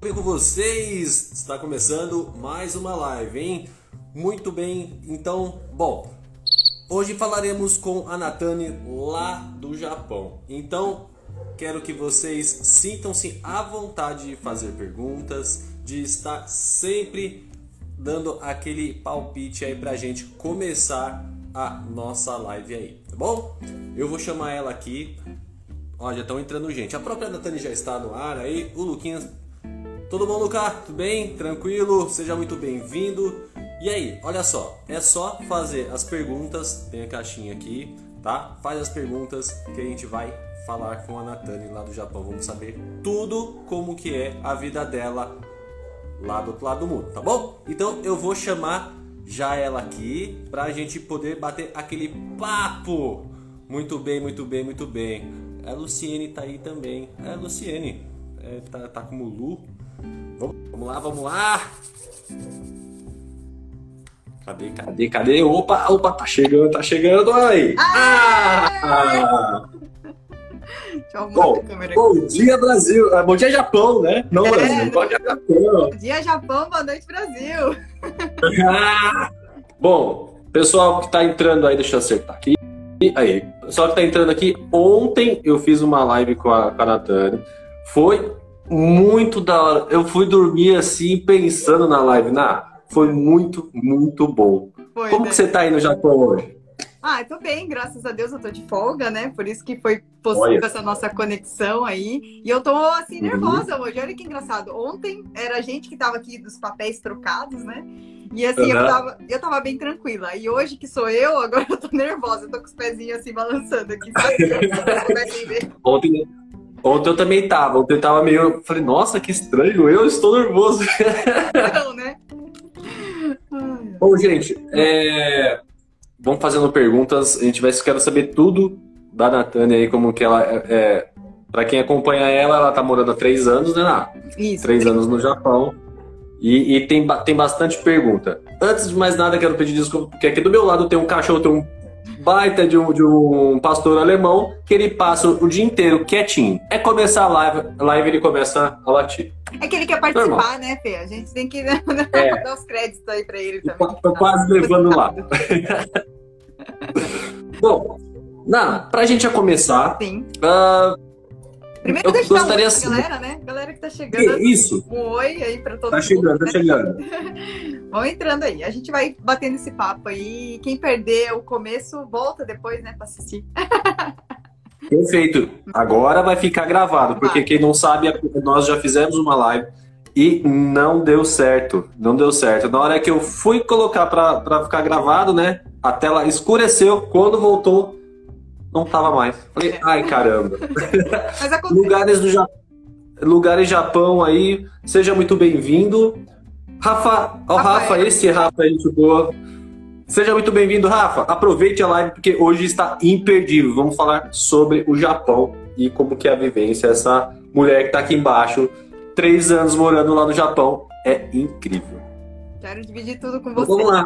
bem com vocês? Está começando mais uma live, hein? Muito bem, então, hoje falaremos com a Natane lá do Japão. Então, quero que vocês sintam-se à vontade de fazer perguntas, de estar sempre dando aquele palpite aí pra gente começar a nossa live aí, tá bom? Eu vou chamar ela aqui. Ó, já estão entrando gente. A própria Natane já está no ar aí. O Luquinhas. Tudo bom, Lucas? Tudo bem? Tranquilo? Seja muito bem-vindo. E aí, olha só. É só fazer as perguntas. Tem a caixinha aqui, tá? Faz as perguntas que a gente vai falar com a Natane lá do Japão. Vamos saber tudo como que é a vida dela lá do outro lado do mundo, tá bom? Então eu vou chamar já ela aqui pra gente poder bater aquele papo. Muito bem, muito bem, muito bem. A Luciene tá aí também. A Luciene tá como Lu. Vamos lá. Cadê? Opa, tá chegando aí. Deixa eu arrumar a câmera aqui. Bom dia, Brasil. Bom dia, Japão, né? Não, Brasil. Bom dia, Japão. Bom dia, Japão. Boa noite, Brasil. Bom, pessoal que tá entrando aí, deixa eu acertar aqui. Aí, pessoal que tá entrando aqui, ontem eu fiz uma live com a Natane. Foi muito da hora. Eu fui dormir assim, pensando na live. Foi muito, muito bom. Como que você tá aí no Japão hoje? Eu tô bem, graças a Deus eu tô de folga, né? Por isso que foi possível essa nossa conexão aí. E eu tô, assim, nervosa hoje. Olha que engraçado. Ontem era a gente que tava aqui dos papéis trocados, né? E assim, eu tava bem tranquila. E hoje que sou eu, agora eu tô nervosa. Eu tô com os pezinhos assim, balançando aqui, sabe? Ontem eu também tava. Ontem eu tava meio... Falei, nossa, que estranho. Eu estou nervoso. Não, né? Bom, gente, vamos fazendo perguntas. Quero saber tudo da Natane aí, como que ela é. Pra quem acompanha ela tá morando há 3 anos, né, Ná? Isso. 3 anos no Japão. E tem bastante pergunta. Antes de mais nada, quero pedir desculpa, porque aqui do meu lado tem um cachorro, tem um baita de um pastor alemão, que ele passa o dia inteiro quietinho. Começar a live ele começa a latir. É que ele quer participar, normal, né, Fê? A gente tem que dar os créditos aí pra ele também. Tô quase levando lá. Bom, pra gente já começar... Sim. Primeiro deixa eu gostaria assim, galera, né? Galera que tá chegando. Isso. Um oi aí pra todo mundo. Tá chegando. Vão entrando aí. A gente vai batendo esse papo aí. Quem perder o começo, volta depois, né, pra assistir. Perfeito. Agora vai ficar gravado, porque quem não sabe, nós já fizemos uma live e não deu certo. Na hora que eu fui colocar pra ficar gravado, né, a tela escureceu. Quando voltou, não tava mais. Falei, ai, caramba. Mas acontece. Lugares Japão aí, seja muito bem-vindo. Rafa, esse Rafa aí, tipo... Seja muito bem-vindo, Rafa. Aproveite a live, porque hoje está imperdível. Vamos falar sobre o Japão e como que é a vivência. Essa mulher que tá aqui embaixo, 3 anos morando lá no Japão, é incrível. Quero dividir tudo com você. Vamos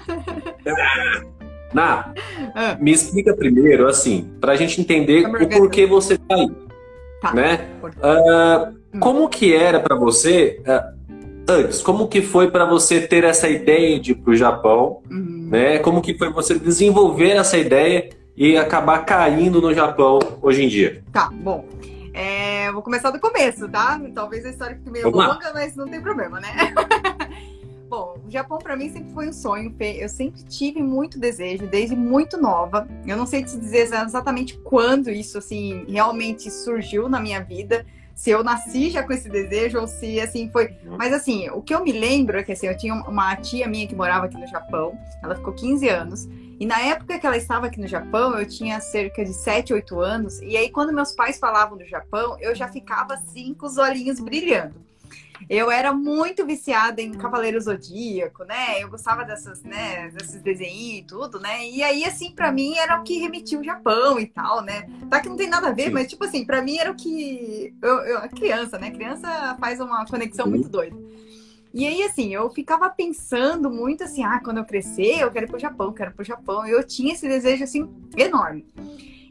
lá. Me explica primeiro, assim, pra gente entender o porquê você tá aí, né? Como que era pra você, antes, como que foi pra você ter essa ideia de ir pro Japão, né? Como que foi você desenvolver essa ideia e acabar caindo no Japão hoje em dia? Tá, bom. Vou começar do começo, tá? Talvez a história fique meio longa, mas não tem problema, né? Bom, o Japão pra mim sempre foi um sonho, Fê. Eu sempre tive muito desejo, desde muito nova. Eu não sei te dizer exatamente quando isso, assim, realmente surgiu na minha vida. Se eu nasci já com esse desejo ou se, assim, foi... Mas, assim, o que eu me lembro é que, assim, eu tinha uma tia minha que morava aqui no Japão. Ela ficou 15 anos. E na época que ela estava aqui no Japão, eu tinha cerca de 7, 8 anos. E aí, quando meus pais falavam do Japão, eu já ficava, assim, com os olhinhos brilhando. Eu era muito viciada em Cavaleiro Zodíaco, né? Eu gostava desses desenhos e tudo, né? E aí, assim, pra mim era o que remetia o Japão e tal, né? Tá que não tem nada a ver, mas, tipo assim, pra mim era o que... A criança, né? Criança faz uma conexão muito doida. E aí, assim, eu ficava pensando muito assim, quando eu crescer, eu quero ir pro Japão, quero ir pro Japão. E eu tinha esse desejo, assim, enorme.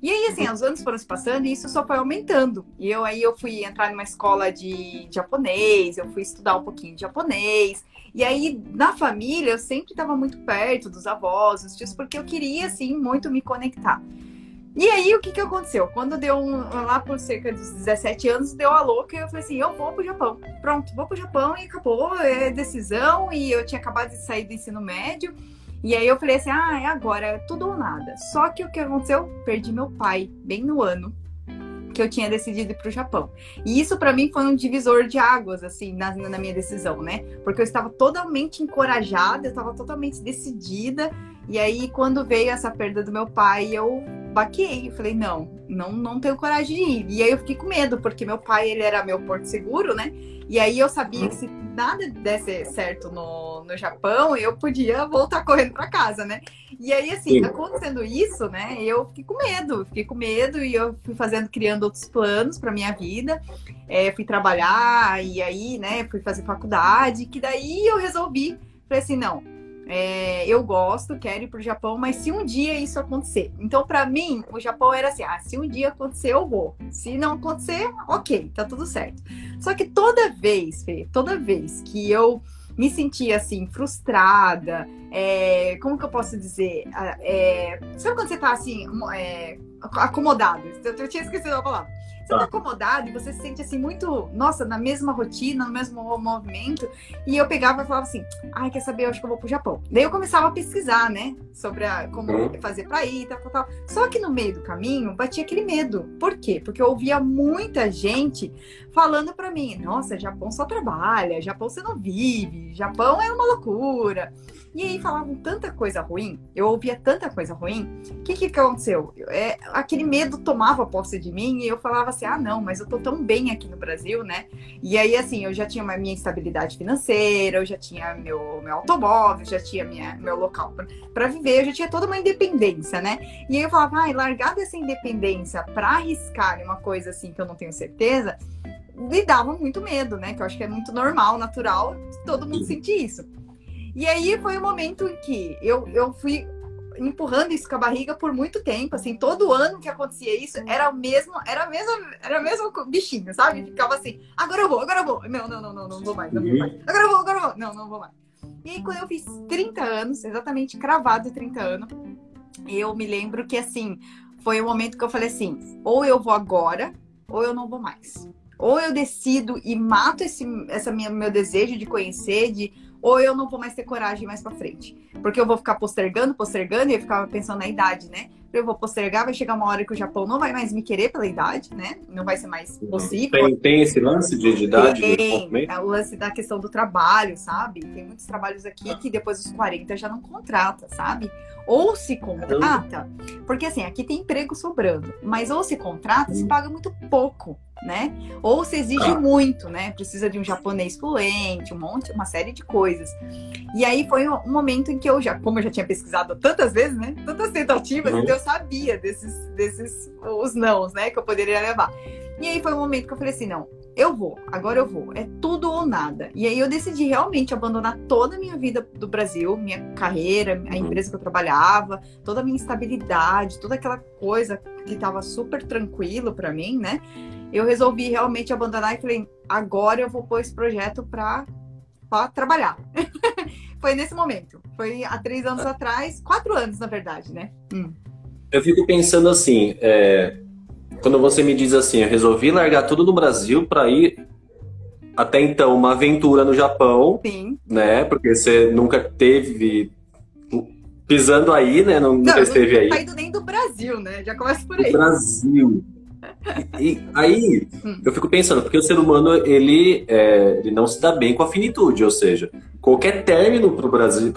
E aí, assim, os anos foram se passando e isso só foi aumentando. E aí eu fui entrar numa escola de japonês, eu fui estudar um pouquinho de japonês. E aí, na família, eu sempre estava muito perto dos avós, dos tios, porque eu queria, assim, muito me conectar. E aí, o que aconteceu? Quando deu lá por cerca dos 17 anos, deu a louca e eu falei assim, eu vou pro Japão. Pronto, vou pro Japão e acabou, é decisão. E eu tinha acabado de sair do ensino médio. E aí eu falei assim, é agora, é tudo ou nada. Só que o que aconteceu? Perdi meu pai, bem no ano que eu tinha decidido ir pro Japão. E isso para mim foi um divisor de águas, assim, na minha decisão, né? Porque eu estava totalmente encorajada, eu estava totalmente decidida. E aí, quando veio essa perda do meu pai, eu baqueei. Eu falei, não tenho coragem de ir. E aí eu fiquei com medo, porque meu pai, ele era meu porto seguro, né? E aí eu sabia que se nada desse certo no Japão, eu podia voltar correndo para casa, né? E aí, assim, acontecendo isso, né? Eu fiquei com medo e eu fui criando outros planos para minha vida. Fui trabalhar e aí, né, fui fazer faculdade, que daí eu resolvi, falei assim, não, eu gosto, quero ir pro Japão, mas se um dia isso acontecer. Então, para mim, o Japão era assim, se um dia acontecer, eu vou. Se não acontecer, ok, tá tudo certo. Só que toda vez, Fê, que eu me sentia assim, frustrada, como que eu posso dizer? Sabe quando você tá assim, acomodado? Eu tinha esquecido a palavra. Você tá acomodado e você se sente assim muito, nossa, na mesma rotina, no mesmo movimento. E eu pegava e falava assim, quer saber, eu acho que eu vou pro Japão. Daí eu começava a pesquisar, né, sobre como fazer pra ir, tal. Só que no meio do caminho, batia aquele medo. Por quê? Porque eu ouvia muita gente falando pra mim, nossa, Japão só trabalha, Japão você não vive, Japão é uma loucura. E aí falavam tanta coisa ruim, eu ouvia tanta coisa ruim, o que aconteceu? Aquele medo tomava posse de mim e eu falava assim, não, mas eu tô tão bem aqui no Brasil, né? E aí, assim, eu já tinha uma minha estabilidade financeira, eu já tinha meu automóvel, já tinha meu local para viver, eu já tinha toda uma independência, né? E aí eu falava, largar dessa independência para arriscar uma coisa assim que eu não tenho certeza, me dava muito medo, né? Que eu acho que é muito normal, natural, todo mundo sentir isso. E aí foi o momento em que eu fui empurrando isso com a barriga por muito tempo, assim, todo ano que acontecia isso, era o mesmo bichinho, sabe? Ficava assim, agora eu vou. Não vou mais. Agora eu vou. Não vou mais. E aí, quando eu fiz 30 anos, exatamente cravado 30 anos, eu me lembro que, assim, foi o momento que eu falei assim, ou eu vou agora, ou eu não vou mais. Ou eu decido e mato meu desejo de conhecer, ou eu não vou mais ter coragem mais pra frente. Porque eu vou ficar postergando, e eu ficava pensando na idade, né? Eu vou postergar, vai chegar uma hora que o Japão não vai mais me querer pela idade, né? Não vai ser mais possível. Tem esse lance de idade? Tem, o lance da questão do trabalho, sabe? Tem muitos trabalhos aqui que depois dos 40 já não contrata, sabe? Ou se contrata, porque assim, aqui tem emprego sobrando, mas ou se contrata, se paga muito pouco, né? Ou se exige muito, né? Precisa de um japonês fluente, uma série de coisas. E aí foi um momento em que como eu já tinha pesquisado tantas vezes, né? Tantas tentativas, então eu sabia os nãos, né? Que eu poderia levar. E aí foi um momento que eu falei assim, não, agora eu vou, é tudo ou nada. E aí eu decidi realmente abandonar toda a minha vida do Brasil, minha carreira, a empresa que eu trabalhava, toda a minha estabilidade, toda aquela coisa que estava super tranquilo para mim, né? Eu resolvi realmente abandonar e falei, agora eu vou pôr esse projeto para trabalhar. Foi nesse momento. Foi há 3 anos atrás, 4 anos, na verdade, né? Eu fico pensando assim, quando você me diz assim, eu resolvi largar tudo no Brasil para ir até então uma aventura no Japão, sim, né? Porque você nunca teve pisando aí, né? Nunca esteve aí. Não saindo nem do Brasil, né? Já começa por aí. Do Brasil. E aí, eu fico pensando, porque o ser humano, ele não se dá bem com a finitude, ou seja, qualquer término pro Brasil,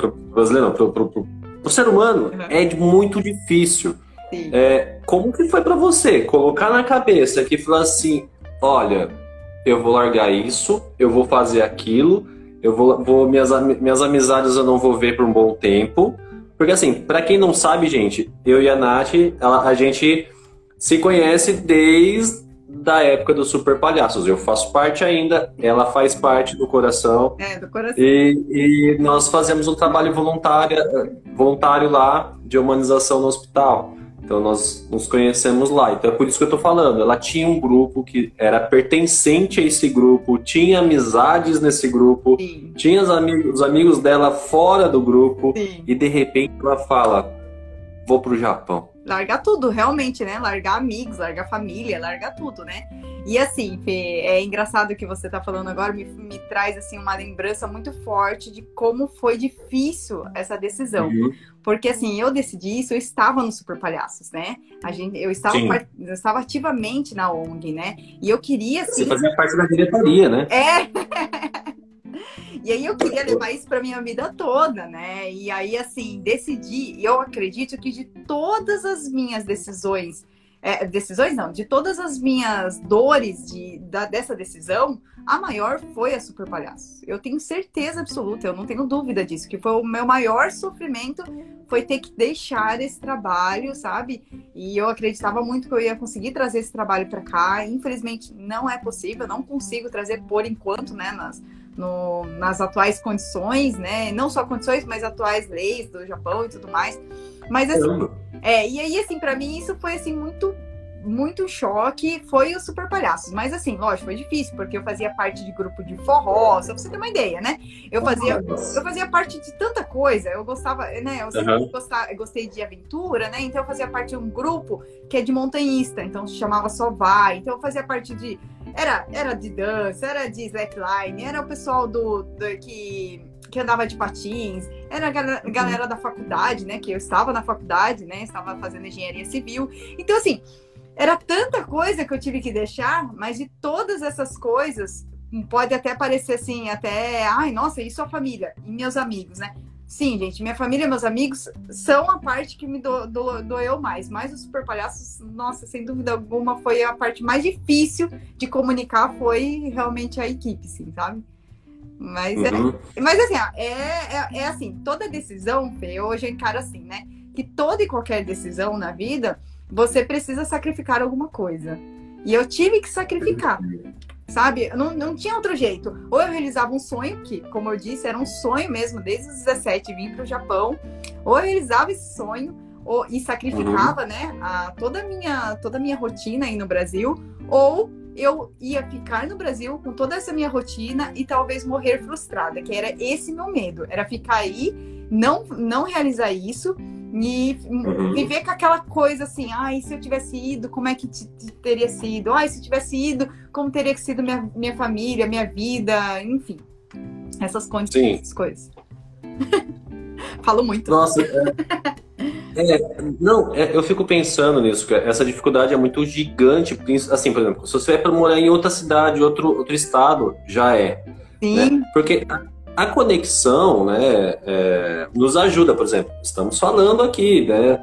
pro ser humano, é muito difícil. Como que foi pra você colocar na cabeça que falar assim, olha, eu vou largar isso, eu vou fazer aquilo, minhas amizades eu não vou ver por um bom tempo, porque assim, pra quem não sabe, gente, eu e a Nath, a gente se conhece desde a época dos Super Palhaços. Eu faço parte ainda, ela faz parte do coração. Do coração. E nós fazemos um trabalho voluntário lá de humanização no hospital. Então nós nos conhecemos lá. Então é por isso que eu tô falando. Ela tinha um grupo que era pertencente a esse grupo, tinha amizades nesse grupo, Sim. tinha os amigos dela fora do grupo, Sim. e de repente ela fala: vou pro Japão. Largar tudo, realmente, né? Largar amigos, largar família, largar tudo, né? E assim, Fê, é engraçado o que você tá falando agora, me traz assim uma lembrança muito forte de como foi difícil essa decisão. Uhum. Porque assim, eu decidi isso, eu estava no Super Palhaços, né? Eu estava ativamente na ONG, né? E eu queria assim, você fazia parte da diretoria, né? E aí eu queria levar isso para minha vida toda, né? E aí, assim, decidi, e eu acredito que de todas as minhas decisões, de todas as minhas dores dessa decisão, a maior foi a Super Palhaços. Eu tenho certeza absoluta, eu não tenho dúvida disso, que foi o meu maior sofrimento, foi ter que deixar esse trabalho, sabe? E eu acreditava muito que eu ia conseguir trazer esse trabalho para cá. Infelizmente, não é possível, não consigo trazer por enquanto, né, nas atuais condições, né? Não só condições, mas atuais leis do Japão e tudo mais. Mas assim, e aí assim, para mim isso foi assim muito choque, foi o Super Palhaços. Mas assim, lógico, foi difícil, porque eu fazia parte de grupo de forró, só pra você ter uma ideia, né? Eu fazia parte de tanta coisa, eu gostava, né? Eu sempre gostei de aventura, né? Então eu fazia parte de um grupo que é de montanhista, então se chamava Só Vai. Então eu fazia parte de... Era de dança, era de slackline, era o pessoal que andava de patins, era a galera da faculdade, né? Que eu estava na faculdade, né? Estava fazendo engenharia civil. Então, assim, era tanta coisa que eu tive que deixar, mas de todas essas coisas, pode até parecer assim, ai, nossa, e sua família? E meus amigos, né? Sim, gente, minha família e meus amigos são a parte que me doeu mais. Mas os Super Palhaços, nossa, sem dúvida alguma, foi a parte mais difícil de comunicar, foi realmente a equipe, sim, sabe? Mas, mas assim, é assim, toda decisão, Fê, hoje eu encaro assim, né? Que toda e qualquer decisão na vida, você precisa sacrificar alguma coisa. E eu tive que sacrificar. Sabe? Não tinha outro jeito. Ou eu realizava um sonho, que, como eu disse, era um sonho mesmo, desde os 17, vir para o Japão. Ou eu realizava esse sonho e sacrificava, né, toda a minha rotina aí no Brasil. Ou eu ia ficar no Brasil com toda essa minha rotina e talvez morrer frustrada, que era esse meu medo. Era ficar aí, não realizar isso e viver com aquela coisa assim, ai, se eu tivesse ido, como é que teria sido? Ai, se eu tivesse ido, como teria sido minha família, minha vida, enfim. Essas coisas. Falo muito. Nossa, eu fico pensando nisso, que essa dificuldade é muito gigante, assim, por exemplo, se você vai para morar em outra cidade, outro estado, já é. Sim. Né? Porque a conexão, né, nos ajuda, por exemplo, estamos falando aqui, né,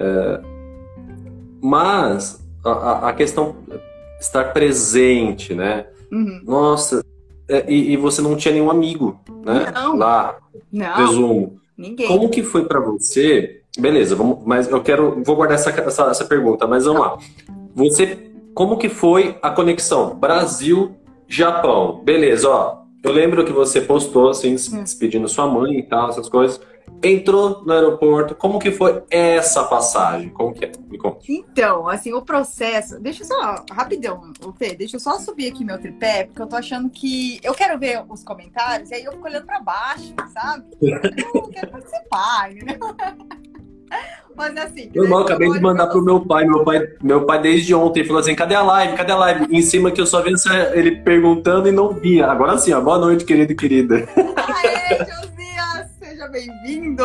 mas a questão estar presente, né, nossa, e você não tinha nenhum amigo, né, lá, presumo. Ninguém. Como que foi para você? Beleza, mas vou guardar essa pergunta, mas vamos lá. Como que foi a conexão Brasil-Japão? Beleza, ó. Eu lembro que você postou, assim, se despedindo sua mãe e tal, essas coisas. Entrou no aeroporto. Como que foi essa passagem? Como que é? Me conta. Então, assim, o processo... Deixa eu só, rapidão, Fê, deixa eu só subir aqui meu tripé, porque eu tô achando que... Eu quero ver os comentários, e aí eu fico olhando pra baixo, sabe? Eu quero participar, entendeu? Mas assim... Eu acabei de mandar pro meu pai. Meu pai desde ontem falou assim, cadê a live? Cadê a live? Em cima que eu só vi ele perguntando e não via. Agora sim, ó, boa noite, querido e querida. Aê, Josias! Seja bem-vindo!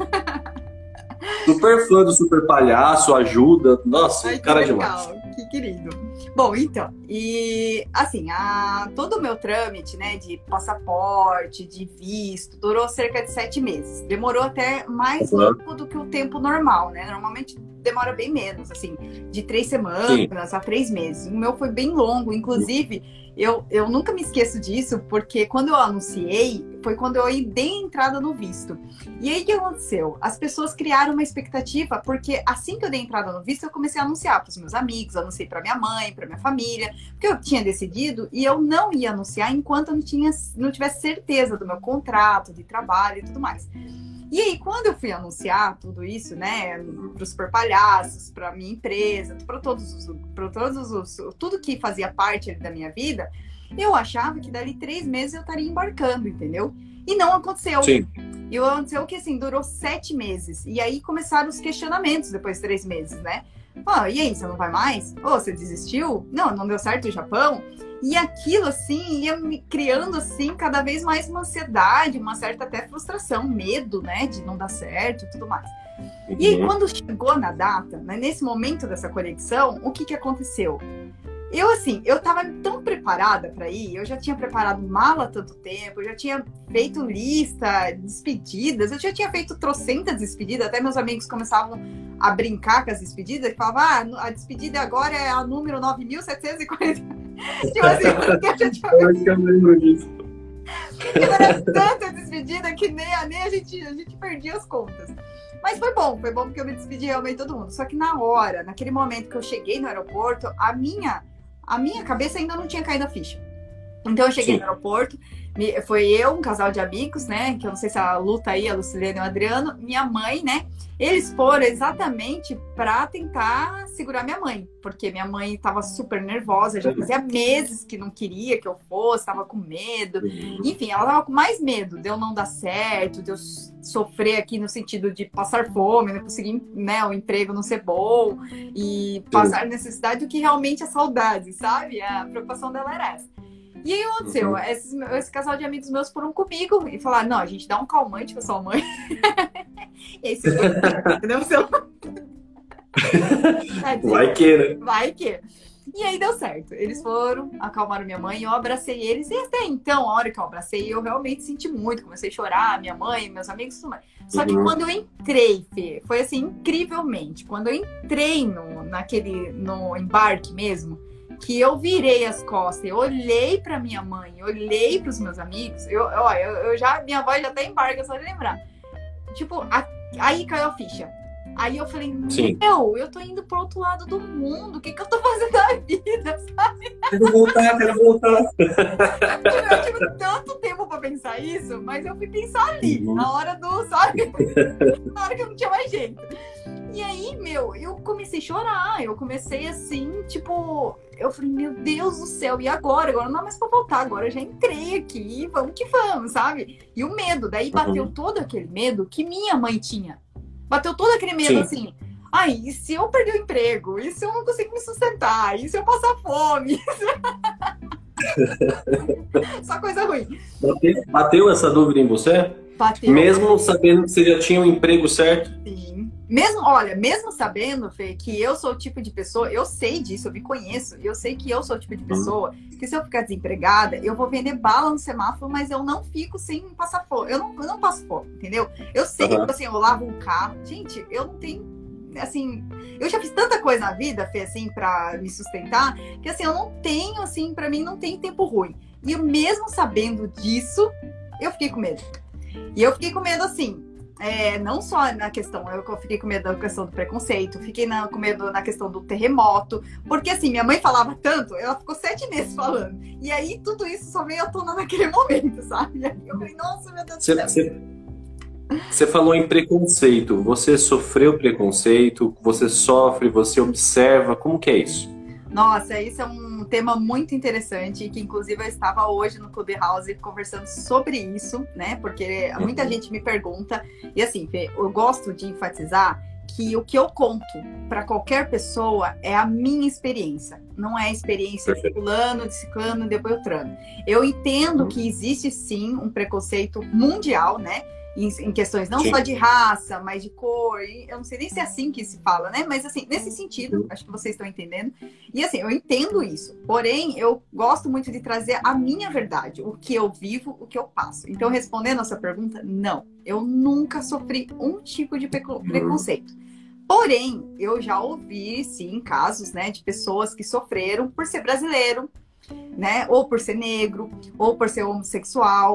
Super fã do Super Palhaço, ajuda. Nossa, ai, cara que demais. Legal, que querido. Bom, então, e assim, todo o meu trâmite, né, de passaporte, de visto, durou cerca de 7 meses. Demorou até mais tempo do que o tempo normal, né? Normalmente demora bem menos, assim, de 3 semanas a 3 meses. O meu foi bem longo, inclusive, eu nunca me esqueço disso, porque quando eu anunciei, foi quando eu dei entrada no visto. E aí, o que aconteceu? As pessoas criaram uma expectativa, porque assim que eu dei entrada no visto, eu comecei a anunciar para os meus amigos, anunciei para minha mãe, para minha família, porque eu tinha decidido e eu não ia anunciar enquanto eu não tivesse certeza do meu contrato, de trabalho e tudo mais. E aí, quando eu fui anunciar tudo isso, né, para os Super Palhaços, para minha empresa, para tudo que fazia parte da minha vida, eu achava que dali 3 meses eu estaria embarcando, entendeu? E não aconteceu. Sim. E aconteceu que, assim, durou 7 meses. E aí começaram os questionamentos depois de 3 meses, né? E aí, você não vai mais? Você desistiu? Não deu certo o Japão? E aquilo, assim, ia me criando, assim, cada vez mais uma ansiedade, uma certa até frustração, medo, né, de não dar certo e tudo mais. E aí, quando chegou na data, né, nesse momento dessa conexão, o que aconteceu? Eu tava tão preparada para ir, eu já tinha preparado mala há tanto tempo, eu já tinha feito lista, despedidas, eu já tinha feito trocentas despedidas, até meus amigos começavam a brincar com as despedidas, que falavam, a despedida agora é a número 9.740. Tipo assim, eu já tinha... Eu lembro disso. Era tanta despedida que nem a gente perdia as contas. Mas foi bom porque eu me despedi realmente de todo mundo. Só que naquele momento que eu cheguei no aeroporto, a minha cabeça ainda não tinha caído a ficha. Então eu cheguei no aeroporto, foi eu, um casal de amigos, né? Que eu não sei se a Lu tá aí, a Lucilene e o Adriano, minha mãe, né? Eles foram exatamente para tentar segurar minha mãe, porque minha mãe estava super nervosa, já fazia meses que não queria que eu fosse, estava com medo. Enfim, ela estava com mais medo de eu não dar certo, de eu sofrer aqui no sentido de passar fome, não conseguir, né, o emprego não ser bom e passar necessidade do que realmente a saudade, sabe? A preocupação dela era essa. E aí, o que aconteceu? Esse casal de amigos meus foram comigo e falaram, não, a gente dá um calmante pra sua mãe. E aí, você entendeu? Vai que. E aí deu certo. Eles foram, acalmaram minha mãe, eu abracei eles. E até então, a hora que eu abracei, eu realmente senti muito. Comecei a chorar, minha mãe, meus amigos, tudo mais. Só que quando eu entrei, Fê, foi assim, incrivelmente. Quando eu entrei no embarque mesmo, que eu virei as costas, eu olhei pra minha mãe, olhei pros meus amigos, minha voz já até embarga só de lembrar. Tipo, aí caiu a ficha. Aí eu falei, eu tô indo pro outro lado do mundo, o que eu tô fazendo na vida, sabe? Quero voltar. Eu tive tanto tempo pra pensar isso, mas eu fui pensar ali, na hora sabe? Na hora que eu não tinha mais jeito. E aí, eu comecei a chorar, eu comecei assim, tipo, eu falei, meu Deus do céu, e agora? Agora não dá mais pra voltar, agora eu já entrei aqui, vamos que vamos, sabe? E o medo, daí bateu todo aquele medo que minha mãe tinha. Bateu todo aquele medo assim, e se eu perder o emprego? E se eu não conseguir me sustentar? E se eu passar fome? Só coisa ruim. Bateu essa dúvida em você? Bateu. Mesmo sabendo que você já tinha um emprego certo? Sim. Mesmo sabendo, Fê, que eu sou o tipo de pessoa, eu sei disso, eu me conheço, eu sei que eu sou o tipo de pessoa que se eu ficar desempregada, eu vou vender bala no semáforo, mas eu não fico sem passar fome. Eu não passo fome, entendeu? Eu sei que, assim, eu lavo um carro. Gente, eu não tenho, assim... Eu já fiz tanta coisa na vida, Fê, assim, pra me sustentar, que, assim, eu não tenho, assim, pra mim não tem tempo ruim. E eu, mesmo sabendo disso, eu fiquei com medo. E eu fiquei com medo, assim... não só na questão, eu fiquei com medo da questão do preconceito, fiquei com medo na questão do terremoto, porque assim, minha mãe falava tanto, ela ficou 7 meses falando, e aí tudo isso só veio à tona naquele momento, sabe? E aí eu falei, nossa, meu Deus do céu. Você falou em preconceito, você sofreu preconceito, você sofre, você observa, como que é isso? Nossa, isso é um tema muito interessante, que inclusive eu estava hoje no Clubhouse conversando sobre isso, né? Porque muita gente me pergunta, e assim, Fê, eu gosto de enfatizar que o que eu conto para qualquer pessoa é a minha experiência, não é a experiência de fulano, de ciclano, de beltrano. Eu entendo que existe sim um preconceito mundial, né? Em questões não só de raça, mas de cor, eu não sei nem se é assim que se fala, né? Mas assim, nesse sentido, acho que vocês estão entendendo. E assim, eu entendo isso. Porém, eu gosto muito de trazer a minha verdade, o que eu vivo, o que eu passo. Então, respondendo a sua pergunta, não. Eu nunca sofri um tipo de preconceito. Porém, eu já ouvi, sim, casos, né, de pessoas que sofreram por ser brasileiro, né? Ou por ser negro, ou por ser homossexual,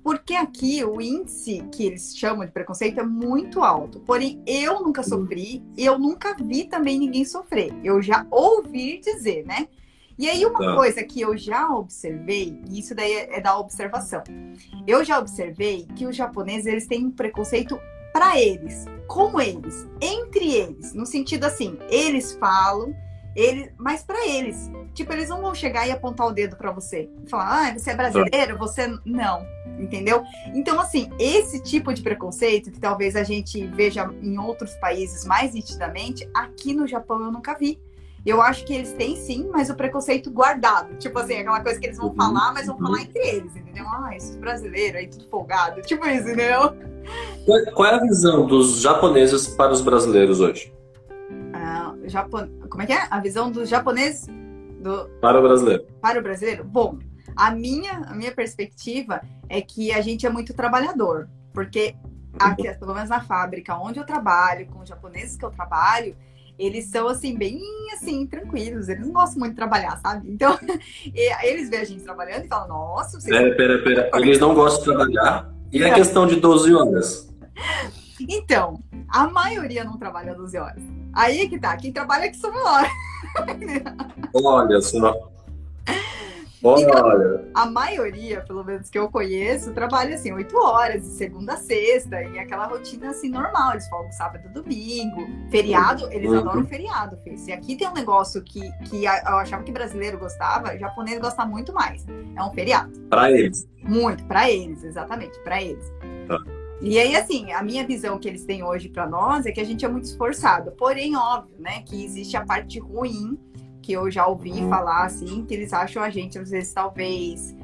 Porque aqui o índice que eles chamam de preconceito é muito alto. Porém, eu nunca sofri e eu nunca vi também ninguém sofrer. Eu já ouvi dizer, né? E aí uma coisa que eu já observei, e isso daí é da observação. Eu já observei que os japoneses, eles têm um preconceito para eles, com eles, entre eles. No sentido assim, eles falam, mas para eles. Tipo, eles não vão chegar e apontar o dedo para você. E falar, você é brasileiro, você... Não, entendeu? Então, assim, esse tipo de preconceito, que talvez a gente veja em outros países mais nitidamente, aqui no Japão eu nunca vi. Eu acho que eles têm sim, mas o preconceito guardado. Tipo assim, aquela coisa que eles vão falar, mas vão falar entre eles, entendeu? Esses brasileiros aí, tudo folgado. Tipo isso, entendeu? Qual é a visão dos japoneses para os brasileiros hoje? Como é que é? A visão dos japoneses para o brasileiro. Para o brasileiro? Bom, a minha perspectiva é que a gente é muito trabalhador. Porque, aqui, pelo menos na fábrica onde eu trabalho, com os japoneses que eu trabalho, eles são, assim, bem, assim, tranquilos. Eles não gostam muito de trabalhar, sabe? Então, eles veem a gente trabalhando e falam, nossa... Pera. Eles não gostam de trabalhar? E a questão de 12 horas? Então, a maioria não trabalha 12 horas. Aí é que tá. Quem trabalha é que somos nós. Olha só. Então, a maioria, pelo menos que eu conheço, trabalha assim 8 horas, de segunda a sexta, e aquela rotina assim normal. Eles folgam sábado e domingo. Feriado, eles adoram feriado, Fê. Se aqui tem um negócio que eu achava que brasileiro gostava, japonês gosta muito mais. É um feriado. Para eles. Muito, para eles, exatamente, para eles. Tá. E aí, assim, a minha visão que eles têm hoje para nós é que a gente é muito esforçado. Porém, óbvio, né, que existe a parte ruim, que eu já ouvi falar, assim, que eles acham a gente, às vezes, talvez...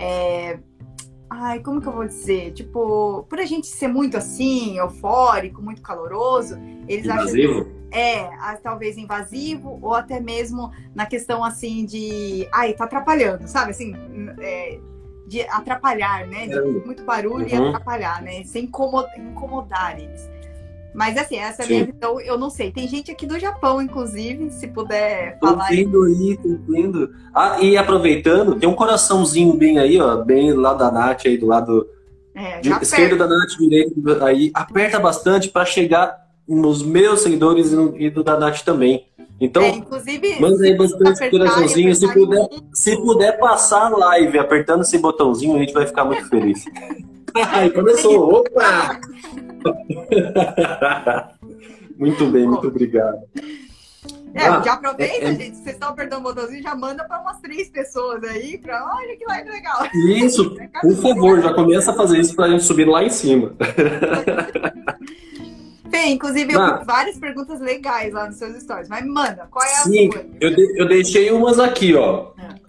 como que eu vou dizer? Tipo, por a gente ser muito, assim, eufórico, muito caloroso, eles invasivo? Acham... talvez invasivo, ou até mesmo na questão, assim, de... tá atrapalhando, sabe? Assim, de atrapalhar, né? De muito barulho e atrapalhar, né? Sem incomodar eles. Mas assim, essa é a minha visão, eu não sei. Tem gente aqui do Japão, inclusive, se puder falar. Tô vendo. E aproveitando, tem um coraçãozinho bem aí, ó, bem lá da Nath, aí do lado esquerdo da Nath, direito aí. Aperta bastante para chegar nos meus seguidores e do da Nath também. Então, inclusive, manda aí bastante coraçãozinho. Se puder passar a live apertando esse botãozinho, a gente vai ficar muito feliz. Ai, começou! Opa! Muito bem, muito obrigado. Já aproveita, gente. Vocês estão apertando o botãozinho, já manda para umas 3 pessoas aí, olha que live legal. Isso, por favor, já começa a fazer isso para a gente subir lá em cima. Tem, inclusive, eu vi várias perguntas legais lá nos seus stories, mas manda, qual é a Sim, sua? Eu deixei umas aqui, ó.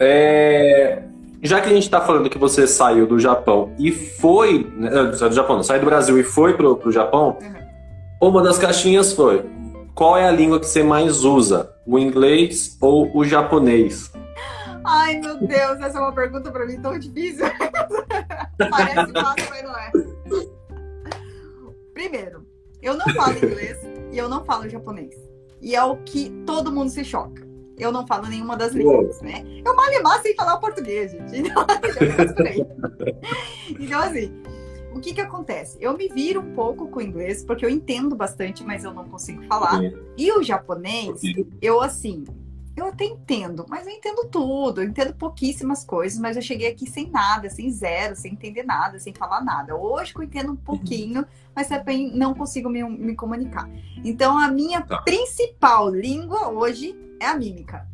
Já que a gente está falando que você saiu do Japão e foi... Saiu do Japão, não, saiu do Brasil e foi pro Japão, uma das caixinhas foi: qual é a língua que você mais usa? O inglês ou o japonês? Ai, meu Deus, essa é uma pergunta para mim tão difícil. Parece fácil, mas não é. Primeiro, eu não falo inglês e eu não falo japonês. E é o que todo mundo se choca. Eu não falo nenhuma das línguas, né? Eu malemar sem falar português, gente. Então, assim, o que acontece? Eu me viro um pouco com o inglês, porque eu entendo bastante, mas eu não consigo falar. E o japonês, eu até entendo, mas eu entendo tudo. Eu entendo pouquíssimas coisas, mas eu cheguei aqui sem nada, sem zero, sem entender nada, sem falar nada. Hoje que eu entendo um pouquinho, mas também não consigo me comunicar. Então, a minha principal língua hoje é a mímica.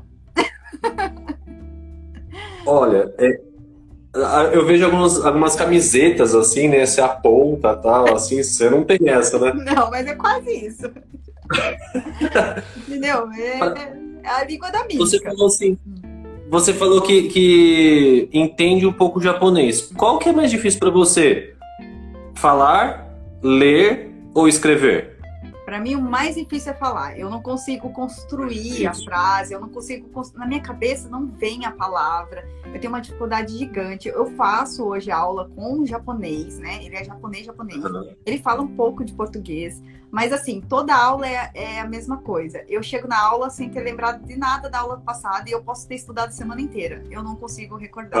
Olha, eu vejo algumas camisetas assim, né? Você aponta e tal, assim, você não tem essa, né? Não, mas é quase isso. Entendeu? É a língua da mímica. Você falou que entende um pouco japonês. Qual que é mais difícil para você? Falar, ler ou escrever? Para mim, o mais difícil é falar. Eu não consigo construir a frase, eu não consigo... Na minha cabeça não vem a palavra. Eu tenho uma dificuldade gigante. Eu faço hoje aula com um japonês, né? Ele é japonês. Ele fala um pouco de português. Mas, assim, toda aula é a mesma coisa. Eu chego na aula sem ter lembrado de nada da aula passada e eu posso ter estudado a semana inteira. Eu não consigo recordar.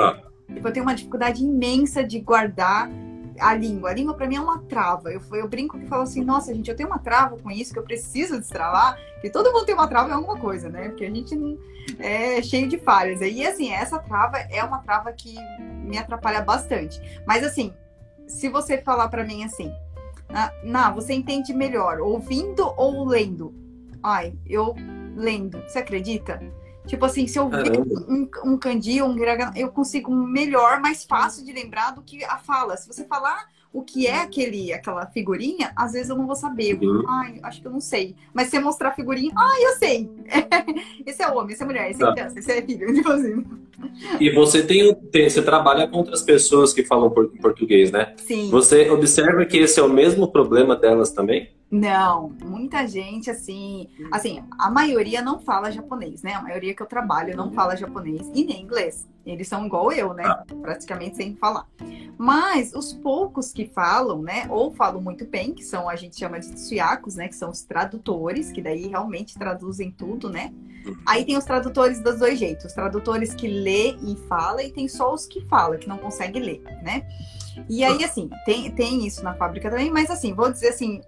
Tipo, eu tenho uma dificuldade imensa de guardar a língua. A língua, pra mim, é uma trava. Eu brinco que falo assim, nossa, gente, eu tenho uma trava com isso, que eu preciso destravar. Que todo mundo tem uma trava em alguma coisa, né? Porque a gente é cheio de falhas. E, assim, essa trava é uma trava que me atrapalha bastante. Mas, assim, se você falar pra mim assim, você entende melhor ouvindo ou lendo? Ai, eu lendo. Você acredita? Tipo assim, se eu ver um kanji ou um hiragana, eu consigo melhor, mais fácil de lembrar do que a fala. Se você falar o que é aquela figurinha, às vezes eu não vou saber. Ai, acho que eu não sei. Mas se você mostrar a figurinha, eu sei. Esse é homem, esse é mulher, esse é criança, esse é filho. Tipo assim. E você você trabalha com outras pessoas que falam português, né? Sim. Você observa que esse é o mesmo problema delas também? Não, muita gente, assim, a maioria não fala japonês, né? A maioria que eu trabalho não fala japonês e nem inglês. Eles são igual eu, né? Praticamente sem falar. Mas os poucos que falam, né? Ou falam muito bem, que são, a gente chama de tsuyakos, né? Que são os tradutores, que daí realmente traduzem tudo, né? Aí tem os tradutores dos dois jeitos. Os tradutores que lê e fala, e tem só os que falam, que não conseguem ler, né? E aí, assim, tem isso na fábrica também, mas assim, vou dizer assim,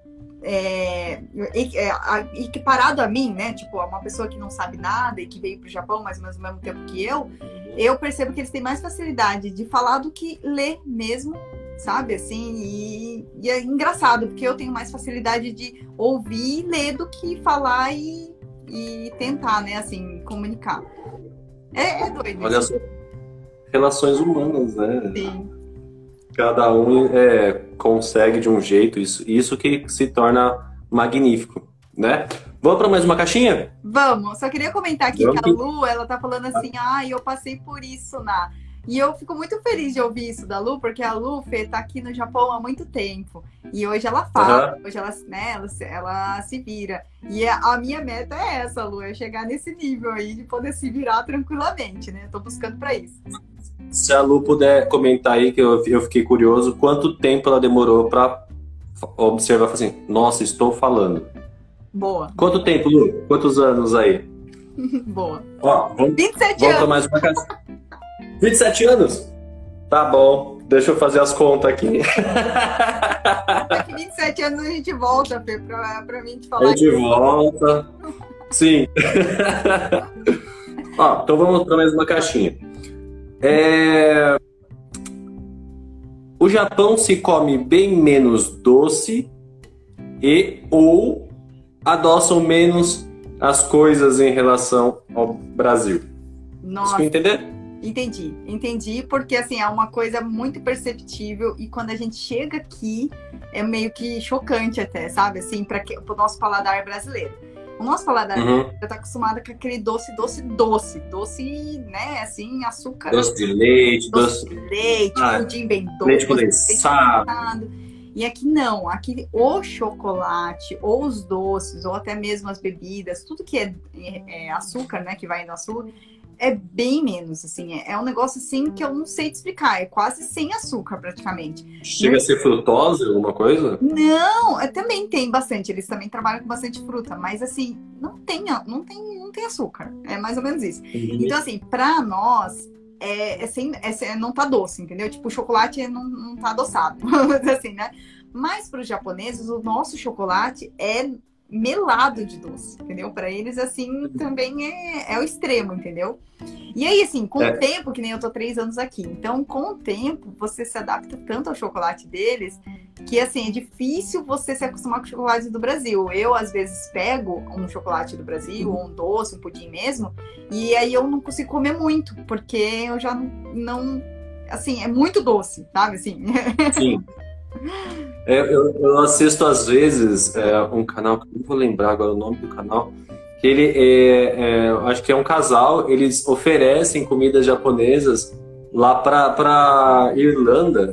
equiparado a mim, né? Tipo, uma pessoa que não sabe nada e que veio pro Japão mais ou menos ao mesmo tempo que eu percebo que eles têm mais facilidade de falar do que ler mesmo, sabe? Assim, e é engraçado, porque eu tenho mais facilidade de ouvir e ler do que falar e tentar, né? Assim, comunicar. É doido. Olha só, relações humanas, né? Sim. Cada um consegue de um jeito, isso que se torna magnífico, né? Vamos para mais uma caixinha? Vamos, só queria comentar aqui que a Lu, ela tá falando assim, eu passei por isso, E eu fico muito feliz de ouvir isso da Lu, porque a Lu, Fê, tá aqui no Japão há muito tempo. E hoje ela fala, hoje ela, né, ela se vira. E a minha meta é essa, Lu, é chegar nesse nível aí de poder se virar tranquilamente, né? Tô buscando para isso. Se a Lu puder comentar aí, que eu fiquei curioso, quanto tempo ela demorou para observar assim, nossa, estou falando. Boa. Quanto tempo, Lu? Quantos anos aí? Boa. Ó, 27 vamos anos. para mais uma casa. 27 anos? Tá bom, deixa eu fazer as contas aqui. Daqui 27 anos a gente volta, Fê, pra mim te falar. A gente volta. Sim. Ó, então vamos para mais uma caixinha. O Japão se come bem menos doce ou adoçam menos as coisas em relação ao Brasil. Nossa. Conseguiu entender? Entendi, porque assim, é uma coisa muito perceptível e quando a gente chega aqui é meio que chocante até, sabe? Assim, pro nosso paladar brasileiro. O nosso paladar já tá acostumado com aquele doce, né? Assim, açúcar. Doce de leite, pudim bem doce. Leite condensado. E aqui não, aqui o chocolate, ou os doces, ou até mesmo as bebidas, tudo que é açúcar, né? Que vai no açúcar, é bem menos, assim. É um negócio, assim, que eu não sei te explicar. É quase sem açúcar, praticamente. Chega a ser frutose, alguma coisa? Não, também tem bastante. Eles também trabalham com bastante fruta. Mas, assim, não tem açúcar. É mais ou menos isso. Então, assim, pra nós, não tá doce, entendeu? Tipo, o chocolate não tá adoçado. assim, né? Mas pros japoneses, o nosso chocolate é melado de doce, entendeu? Para eles, assim, também é o extremo, entendeu? E aí, assim, com o tempo, que nem eu tô 3 anos aqui, então, com o tempo, você se adapta tanto ao chocolate deles, que, assim, é difícil você se acostumar com o chocolate do Brasil. Eu, às vezes, pego um chocolate do Brasil, ou um doce, um pudim mesmo, e aí eu não consigo comer muito, porque eu já não assim, é muito doce, sabe, assim? Sim. Eu assisto às vezes um canal, não vou lembrar agora o nome do canal, que ele acho que é um casal, eles oferecem comidas japonesas lá pra Irlanda,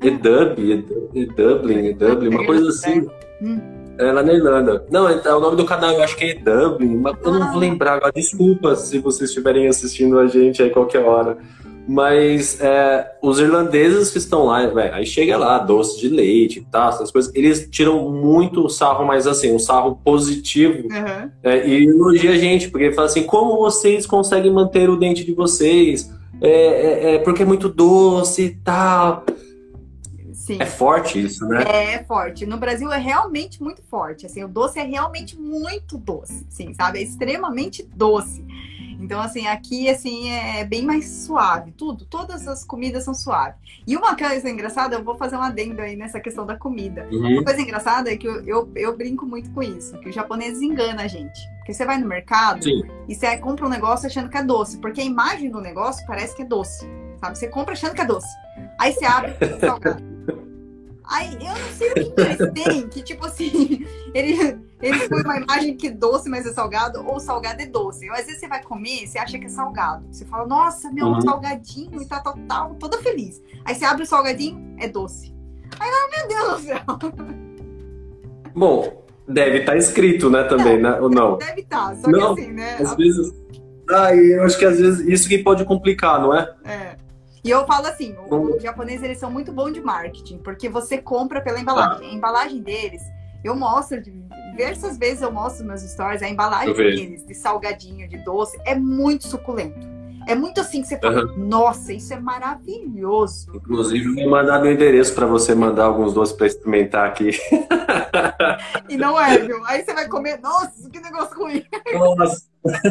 Dublin, uma coisa assim. Lá na Irlanda. Não, o nome do canal eu acho que é Dublin, mas eu não vou lembrar agora. Desculpa se vocês estiverem assistindo a gente aí qualquer hora. Mas os irlandeses que estão lá, aí chega lá, doce de leite e tal, essas coisas, eles tiram muito sarro, mas assim, um sarro positivo, e elogia a gente, porque ele fala assim, como vocês conseguem manter o dente de vocês? porque é muito doce e tal. É Sim. forte isso, né? É forte. No Brasil é realmente muito forte. Assim, o doce é realmente muito doce, sim, sabe? É extremamente doce. Então, assim, aqui, assim, é bem mais suave. Todas as comidas são suaves. E uma coisa engraçada, eu vou fazer um adendo aí nessa questão da comida. Uma Uhum. coisa engraçada é que eu brinco muito com isso, que os japoneses enganam a gente. Porque você vai no mercado Sim. e você compra um negócio achando que é doce, porque a imagem do negócio parece que é doce, sabe? Você compra achando que é doce. Aí você abre, é salgado. Aí eu não sei o que eles têm, que tipo assim, eles põem uma imagem que doce, mas é salgado, ou salgado é doce. Às vezes você vai comer, você acha que é salgado. Você fala, nossa, meu Uhum. salgadinho e tal, toda feliz. Aí você abre o salgadinho, é doce. Aí, meu Deus do céu. Bom, deve estar escrito, né, também, né? Ou não? Deve estar, só que Não, assim, né? às vezes. Eu acho que às vezes isso que pode complicar, não é? É. E eu falo assim, Não. os japoneses eles são muito bons de marketing, porque você compra pela Tá, embalagem. A embalagem deles, eu mostro, diversas vezes eu mostro nos meus stories, a eu embalagem vejo. deles, de salgadinho, de doce, é muito suculento. É muito assim que você fala, Aham. nossa, isso é maravilhoso. Inclusive, vou mandar meu endereço para você mandar alguns doces para experimentar aqui. E não é, viu? Aí você vai comer, nossa, que negócio ruim. Nossa.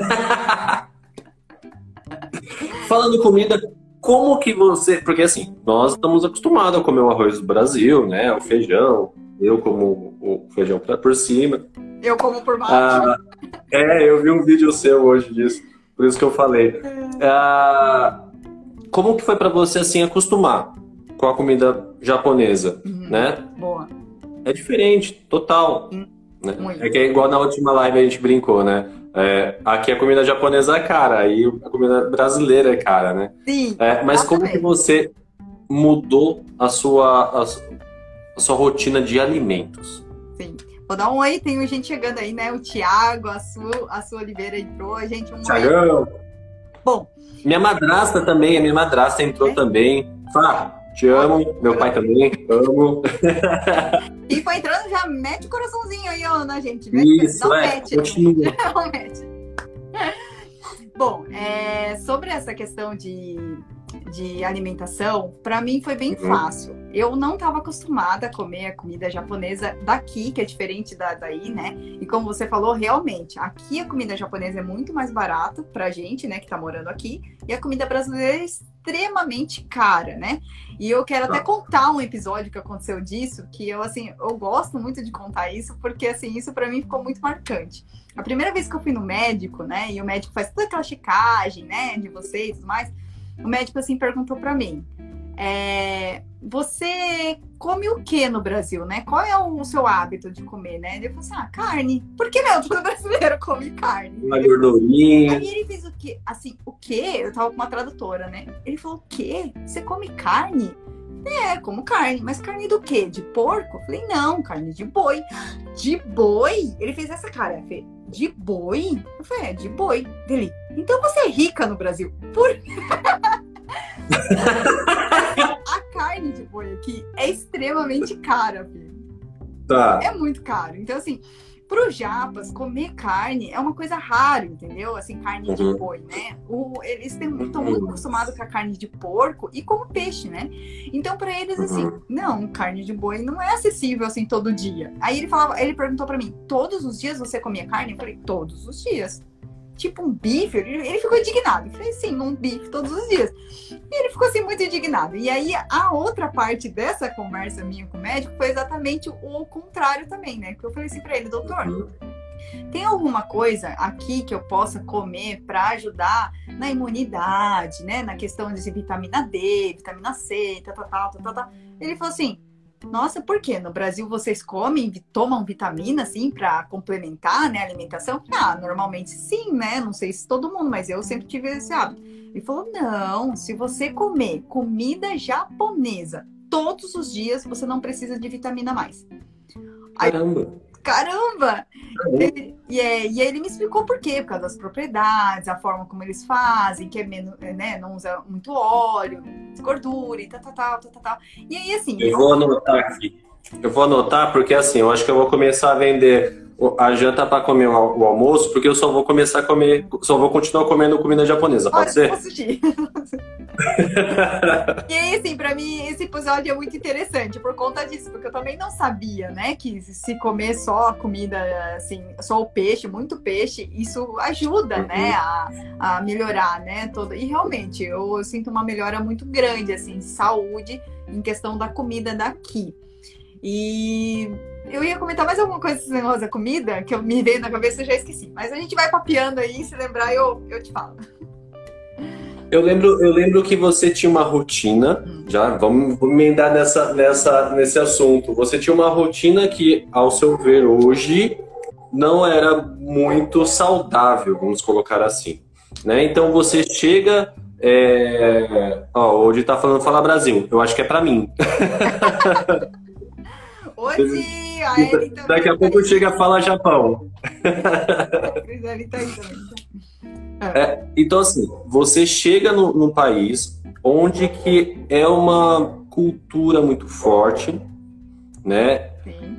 Falando em comida, como que você. Porque assim, nós estamos acostumados a comer o arroz do Brasil, né? O feijão. Eu como o feijão por cima. Eu como por baixo. Ah, eu vi um vídeo seu hoje disso, por isso que eu falei. Ah, como que foi para você assim acostumar com a comida japonesa, Uhum. né? Boa. É diferente, total, né? É Muito. que é igual na última live a gente brincou, né? Aqui a comida japonesa é cara, aí a comida brasileira é cara, né? Sim, Mas como que exatamente. você mudou a sua rotina de alimentos? Sim. Vou dar um oi, tem gente chegando aí, né? O Thiago, a Su Oliveira entrou. Gente, um oi. Tiagão, Bom, minha madrasta também, a minha madrasta entrou é, também. Fá, te ó, amo, meu pai também, amo. quem foi entrando já mete o coraçãozinho aí, ó, na gente. Dá Isso, um match aí, gente. continua. Dá um match. Bom, sobre essa questão de alimentação, para mim foi bem Uhum. fácil. Eu não estava acostumada a comer a comida japonesa daqui, que é diferente daí, né? E como você falou, realmente, aqui a comida japonesa é muito mais barata pra gente, né, que tá morando aqui, e a comida brasileira é extremamente cara, né? E eu quero até Tá. contar um episódio que aconteceu disso, que eu, assim, eu gosto muito de contar isso, porque, assim, isso para mim ficou muito marcante. A primeira vez que eu fui no médico, né, e o médico faz toda aquela checagem, né, de vocês e tudo mais, o médico, assim, perguntou para mim, você come o que no Brasil, né? Qual é o seu hábito de comer, né? Ele falou assim, carne. Por que não? Todo brasileiro come carne, Uma entendeu? gordurinha. Aí ele fez o quê? Assim, o quê? Eu tava com uma tradutora, né? Ele falou, o quê? Você come carne? Como carne. Mas carne do quê? De porco? Eu falei, não, carne de boi. De boi? Ele fez essa cara, Fê. De boi? Eu falei, de boi. Dele. Então você é rica no Brasil. Porque a carne de boi aqui é extremamente cara, Fê. É Tá. muito caro. Então, assim, pro japas, comer carne é uma coisa rara, entendeu? Assim, carne de Uhum. boi, né? Eles estão muito Uhum. acostumados com a carne de porco e como peixe, né? Então, para eles, assim, Uhum. não, carne de boi não é acessível, assim, todo dia. Aí ele perguntou para mim, todos os dias você comia carne? Eu falei, todos os dias. Tipo um bife, ele ficou indignado. Eu falei, sim, um bife todos os dias. E ele ficou assim muito indignado. E aí a outra parte dessa conversa minha com o médico foi exatamente o contrário também, né? Porque eu falei assim para ele, doutor, Uhum. tem alguma coisa aqui que eu possa comer para ajudar na imunidade, né? Na questão de vitamina D, vitamina C, tal. Ele falou assim, nossa, por quê? No Brasil vocês comem, tomam vitamina, assim, para complementar, né, a alimentação? Normalmente sim, né? Não sei se todo mundo, mas eu sempre tive esse hábito. Ele falou, não, se você comer comida japonesa todos os dias, você não precisa de vitamina a mais. Aí, Caramba. caramba! Caramba. E aí ele me explicou por quê, por causa das propriedades, a forma como eles fazem, que é menos, né, não usa muito óleo, gordura e tal. E aí, assim, Eu vou anotar aqui. Eu vou anotar porque assim, eu acho que eu vou começar a vender a janta para comer o almoço, porque eu só vou começar a comer, só vou continuar comendo comida japonesa, pode ser? Sushi. E aí, assim, pra mim, esse episódio é muito interessante por conta disso, porque eu também não sabia, né, que se comer só comida, assim, só o peixe, muito peixe, isso ajuda, né, a melhorar, né, todo. E realmente, eu sinto uma melhora muito grande, assim, de saúde em questão da comida daqui. E eu ia comentar mais alguma coisa desse negócio da comida, que eu me veio na cabeça e já esqueci. Mas a gente vai papeando aí, se lembrar eu te falo. Eu lembro que você tinha uma rotina, já vamos emendar nesse assunto. Você tinha uma rotina que, ao seu ver hoje, não era muito saudável, vamos colocar assim, né? Então você chega, hoje tá falando Fala Brasil, eu acho que é pra mim. Hoje, a Ellen também. Daqui a pouco chega Fala Japão. A Ellen tá aí também. Então, assim, você chega num país onde que é uma cultura muito forte, né? Sim.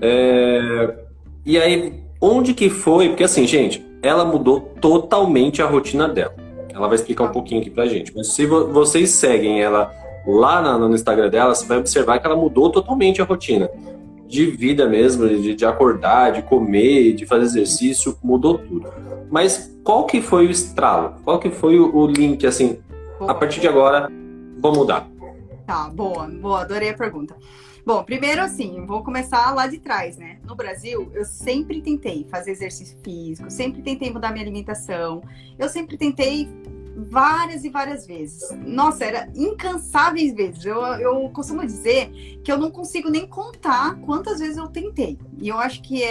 E aí, onde que foi? Porque, assim, gente, ela mudou totalmente a rotina dela. Ela vai explicar um pouquinho aqui pra gente. Mas se vocês seguem ela lá no Instagram dela, você vai observar que ela mudou totalmente a rotina. De vida mesmo, de acordar, de comer, de fazer exercício, mudou tudo. Mas qual que foi o estralo? Qual que foi o link, assim, a partir de agora, vou mudar? Tá, boa, adorei a pergunta. Bom, primeiro assim, vou começar lá de trás, né? No Brasil, eu sempre tentei fazer exercício físico, sempre tentei mudar minha alimentação, eu sempre tentei várias e várias vezes. Nossa, era incansáveis vezes. Eu costumo dizer que eu não consigo nem contar quantas vezes eu tentei. E eu acho que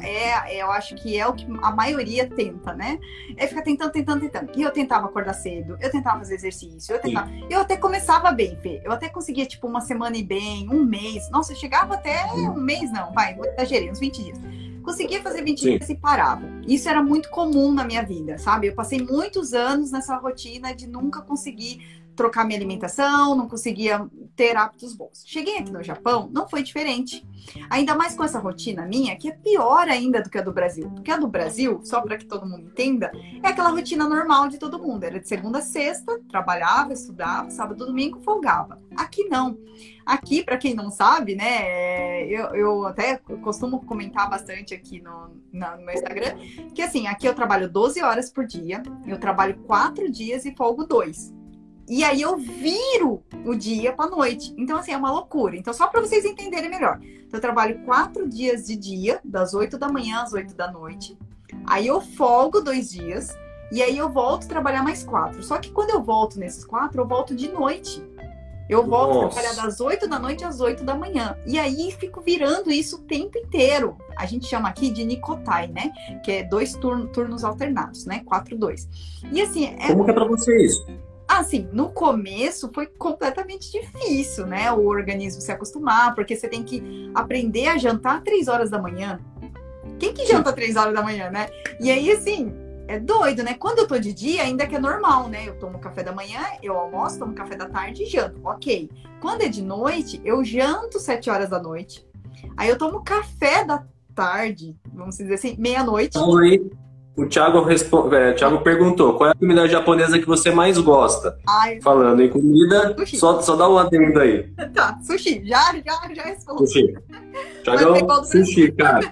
eu acho que é o que a maioria tenta, né? É ficar tentando. E eu tentava acordar cedo, eu tentava fazer exercício, eu até começava bem, Fê. Eu até conseguia, tipo, uma semana ir bem, um mês. Nossa, eu chegava até um mês, não, vou exagerar, uns 20 dias. Conseguia fazer 20 dias e parava. Isso era muito comum na minha vida, sabe? Eu passei muitos anos nessa rotina de nunca conseguir trocar minha alimentação, não conseguia ter hábitos bons. Cheguei aqui no Japão, não foi diferente. Ainda mais com essa rotina minha, que é pior ainda do que a do Brasil. Porque a do Brasil, só para que todo mundo entenda, é aquela rotina normal de todo mundo. Era de segunda a sexta, trabalhava, estudava, sábado e domingo, folgava. Aqui não. Aqui, para quem não sabe, né, eu até costumo comentar bastante aqui no meu Instagram, que assim, aqui eu trabalho 12 horas por dia, eu trabalho 4 dias e folgo 2. E aí eu viro o dia para noite. Então, assim, é uma loucura. Então, só para vocês entenderem melhor. Então, eu trabalho 4 dias de dia, das 8 da manhã às 8 da noite. Aí eu folgo 2 dias. E aí eu volto a trabalhar mais 4. Só que quando eu volto nesses 4, eu volto de noite. Eu volto a trabalhar das 8 da noite às 8 da manhã. E aí fico virando isso o tempo inteiro. A gente chama aqui de Nikotai, né? Que é 2 turnos alternados, né? 4-2. E assim... Como que é pra você isso? Assim, no começo foi completamente difícil, né? O organismo se acostumar, porque você tem que aprender a jantar 3 horas da manhã. Quem que janta 3 horas da manhã, né? E aí, assim, é doido, né? Quando eu tô de dia, ainda que é normal, né? Eu tomo café da manhã, eu almoço, tomo café da tarde e janto. Ok. Quando é de noite, eu janto 7 horas da noite. Aí eu tomo café da tarde, vamos dizer assim, meia-noite. Oi. O Thiago perguntou, qual é a comida japonesa que você mais gosta? Falando em comida, só dá um adendo aí. Tá, sushi. Já respondi. Sushi. Thiagão, sushi, cara.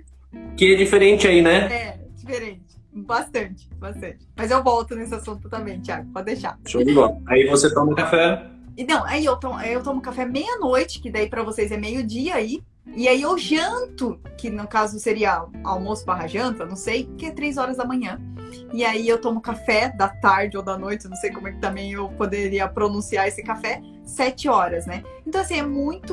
Que é diferente aí, né? É, diferente. Bastante. Mas eu volto nesse assunto também, Thiago. Pode deixar. Show de bola. Aí você toma café? Não, aí eu tomo café meia-noite, que daí pra vocês é meio-dia aí. E aí eu janto, que no caso seria almoço barra janta, não sei, que é 3 horas da manhã. E aí eu tomo café da tarde ou da noite, não sei como é que também eu poderia pronunciar esse café, 7 horas, né? Então, assim, é muito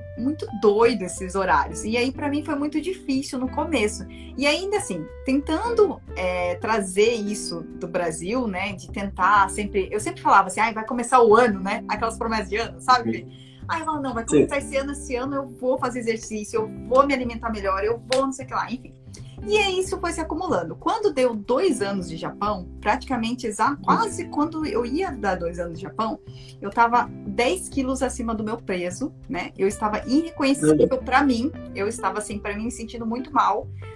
doido esses horários. E aí, pra mim, foi muito difícil no começo. E ainda assim, tentando trazer isso do Brasil, né? De tentar sempre... Eu sempre falava assim, vai começar o ano, né? Aquelas promessas de ano, sabe? Aí eu falo, não, vai começar esse ano eu vou fazer exercício, eu vou me alimentar melhor, eu vou não sei o que lá, enfim. E aí isso foi se acumulando. Quando deu 2 anos de Japão, praticamente quase quando eu ia dar 2 anos de Japão, eu tava 10 quilos acima do meu peso, né? Eu estava irreconhecível pra mim, eu estava assim, pra mim, me sentindo muito mal.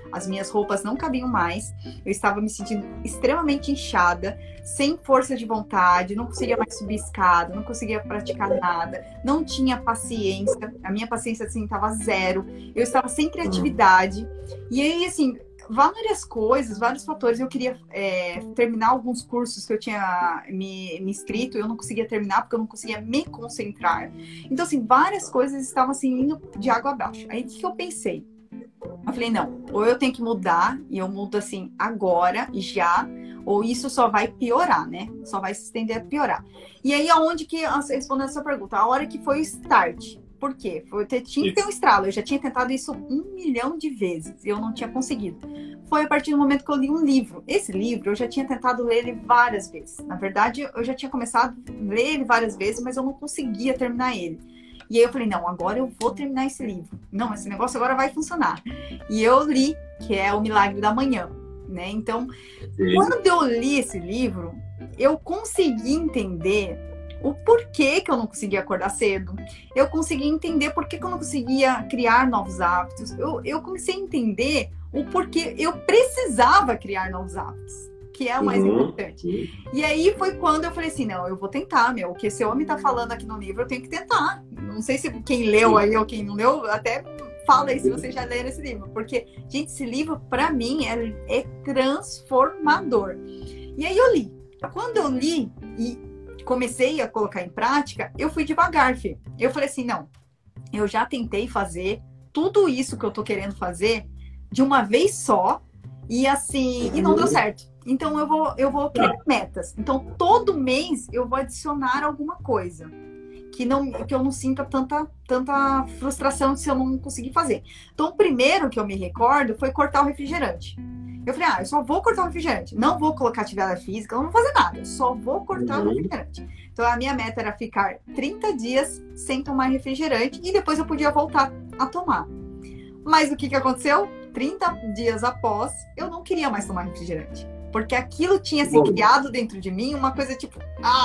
as minhas roupas não cabiam mais, eu estava me sentindo extremamente inchada, sem força de vontade, não conseguia mais subir escada, não conseguia praticar nada, não tinha paciência, a minha paciência, assim, estava zero, eu estava sem criatividade, e aí, assim, várias coisas, vários fatores. Eu queria terminar alguns cursos que eu tinha me inscrito, eu não conseguia terminar porque eu não conseguia me concentrar. Então, assim, várias coisas estavam assim indo de água abaixo. Aí, o que eu pensei? Eu falei, não, ou eu tenho que mudar, e eu mudo assim agora, já, ou isso só vai piorar, né? Só vai se estender a piorar. E aí, aonde que, respondendo a sua pergunta, a hora que foi o start. Por quê? Tinha que ter um estralo. Eu já tinha tentado isso 1 milhão de vezes e eu não tinha conseguido. Foi a partir do momento que eu li um livro. Esse livro, eu já tinha tentado ler ele várias vezes. Na verdade, eu já tinha começado a ler ele várias vezes, mas eu não conseguia terminar ele. E aí eu falei, não, agora eu vou terminar esse livro. Não, esse negócio agora vai funcionar. E eu li, que é O Milagre da Manhã, né? Então, quando eu li esse livro, eu consegui entender o porquê que eu não conseguia acordar cedo. Eu consegui entender por que eu não conseguia criar novos hábitos. Eu comecei a entender o porquê eu precisava criar novos hábitos, que é o mais importante. E aí foi quando eu falei assim, não, eu vou tentar, o que esse homem tá falando aqui no livro, eu tenho que tentar. Não sei se quem leu aí ou quem não leu, até fala aí se vocês já leram esse livro. Porque, gente, esse livro, pra mim, é transformador. E aí eu li. Quando eu li e comecei a colocar em prática, eu fui devagar, filho. Eu falei assim, não, eu já tentei fazer tudo isso que eu tô querendo fazer de uma vez só e assim, e não deu certo. Então eu vou criar metas. Então todo mês eu vou adicionar alguma coisa que eu não sinta tanta frustração se eu não conseguir fazer. Então o primeiro que eu me recordo foi cortar o refrigerante. Eu falei, eu só vou cortar o refrigerante. Não vou colocar atividade física, não vou fazer nada. Eu só vou cortar o refrigerante. Então, a minha meta era ficar 30 dias sem tomar refrigerante e depois eu podia voltar a tomar. Mas o que aconteceu? 30 dias após, eu não queria mais tomar refrigerante. Porque aquilo tinha se criado dentro de mim uma coisa tipo,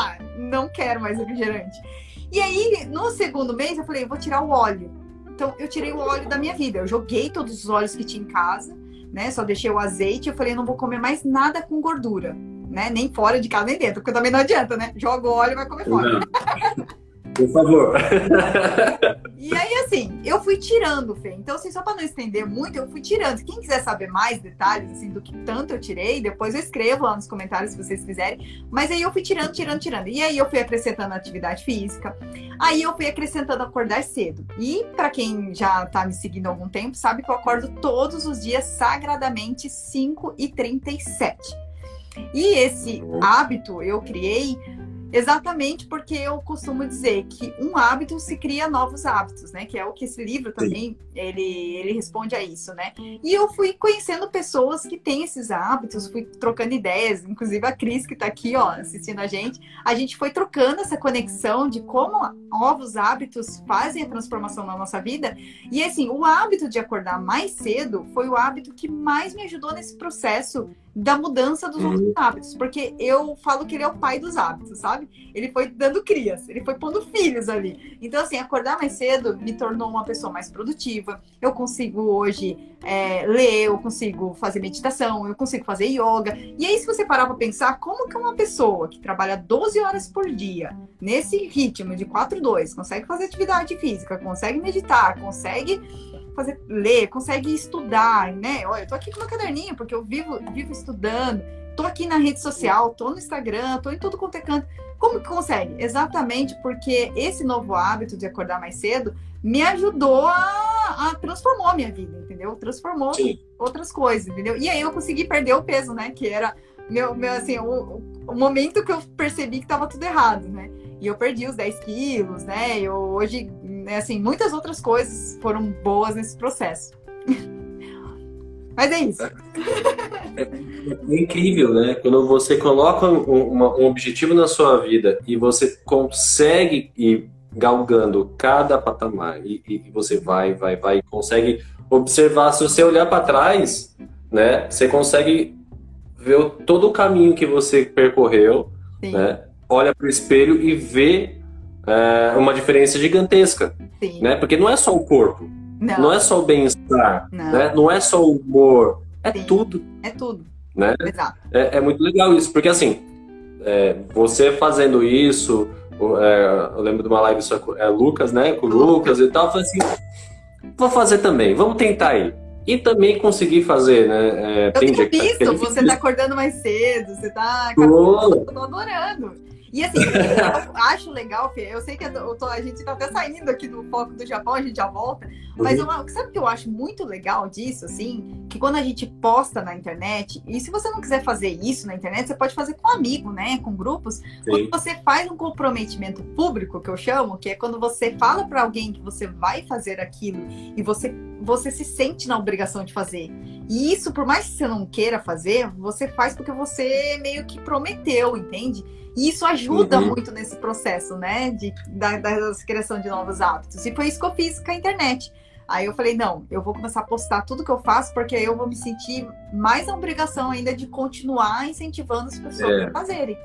não quero mais refrigerante. E aí, no segundo mês, eu falei, eu vou tirar o óleo. Então, eu tirei o óleo da minha vida. Eu joguei todos os óleos que tinha em casa, né? Só deixei o azeite. Eu falei, eu não vou comer mais nada com gordura, né? Nem fora de casa, nem dentro, porque também não adianta, né? Joga o óleo e vai comer fora. Por favor. E aí, assim, eu fui tirando, Fê. Então, assim, só para não estender muito, eu fui tirando. Quem quiser saber mais detalhes, assim, do que tanto eu tirei, depois eu escrevo lá nos comentários, se vocês quiserem. Mas aí eu fui tirando. E aí eu fui acrescentando atividade física. Aí eu fui acrescentando acordar cedo. E para quem já tá me seguindo há algum tempo, sabe que eu acordo todos os dias sagradamente 5h37. E esse hábito eu criei exatamente porque eu costumo dizer que um hábito se cria novos hábitos, né? Que é o que esse livro também, ele responde a isso, né? E eu fui conhecendo pessoas que têm esses hábitos, fui trocando ideias, inclusive a Cris, que tá aqui, ó, assistindo a gente foi trocando essa conexão de como novos hábitos fazem a transformação na nossa vida. E assim, o hábito de acordar mais cedo foi o hábito que mais me ajudou nesse processo da mudança dos outros hábitos, porque eu falo que ele é o pai dos hábitos, sabe? Ele foi dando crias, ele foi pondo filhos ali. Então, assim, acordar mais cedo me tornou uma pessoa mais produtiva. Eu consigo hoje ler, eu consigo fazer meditação, eu consigo fazer yoga. E aí, se você parar pra pensar, como que uma pessoa que trabalha 12 horas por dia, nesse ritmo de 4-2, consegue fazer atividade física, consegue meditar, consegue ler, consegue estudar, né? Olha, eu tô aqui com meu caderninho, porque eu vivo estudando, tô aqui na rede social, tô no Instagram, tô em tudo quanto é canto. Como que consegue? Exatamente porque esse novo hábito de acordar mais cedo me ajudou a transformou a minha vida, entendeu? Transformou outras coisas, entendeu? E aí eu consegui perder o peso, né? Que era meu assim, o momento que eu percebi que tava tudo errado, né? E eu perdi os 10 quilos, né? Eu hoje, assim, muitas outras coisas foram boas nesse processo. Mas é isso. É incrível, né? Quando você coloca um objetivo na sua vida e você consegue ir galgando cada patamar e você vai, consegue observar. Se você olhar para trás, né? Você consegue ver todo o caminho que você percorreu, né? Olha para o espelho e vê uma diferença gigantesca, né? Porque não é só o corpo, não é só o bem-estar, Não. né? Não é só o humor, é Sim. tudo. É tudo. Né? Exato. É muito legal isso, porque assim, você fazendo isso, eu lembro de uma live Lucas, né? Com o Lucas e tal, eu falei assim, vou fazer também, vamos tentar aí. E também conseguir fazer, né? Eu tem tenho dia que visto, você tá acordando mais cedo, você tá... Tô. Eu tô adorando. E assim, eu acho legal, Fê, eu sei que a gente tá até saindo aqui do foco do Japão, a gente já volta, mas sabe o que eu acho muito legal disso, assim? Que quando a gente posta na internet, e se você não quiser fazer isso na internet, você pode fazer com amigo, né? Com grupos. Sim. Quando você faz um comprometimento público, que eu chamo, que é quando você fala para alguém que você vai fazer aquilo e você se sente na obrigação de fazer. E isso, por mais que você não queira fazer, você faz porque você meio que prometeu, entende? E isso ajuda muito nesse processo, né? Da criação de novos hábitos. E foi isso que eu fiz com a internet. Aí eu falei, não, eu vou começar a postar tudo que eu faço, porque aí eu vou me sentir mais na obrigação ainda de continuar incentivando as pessoas a fazerem.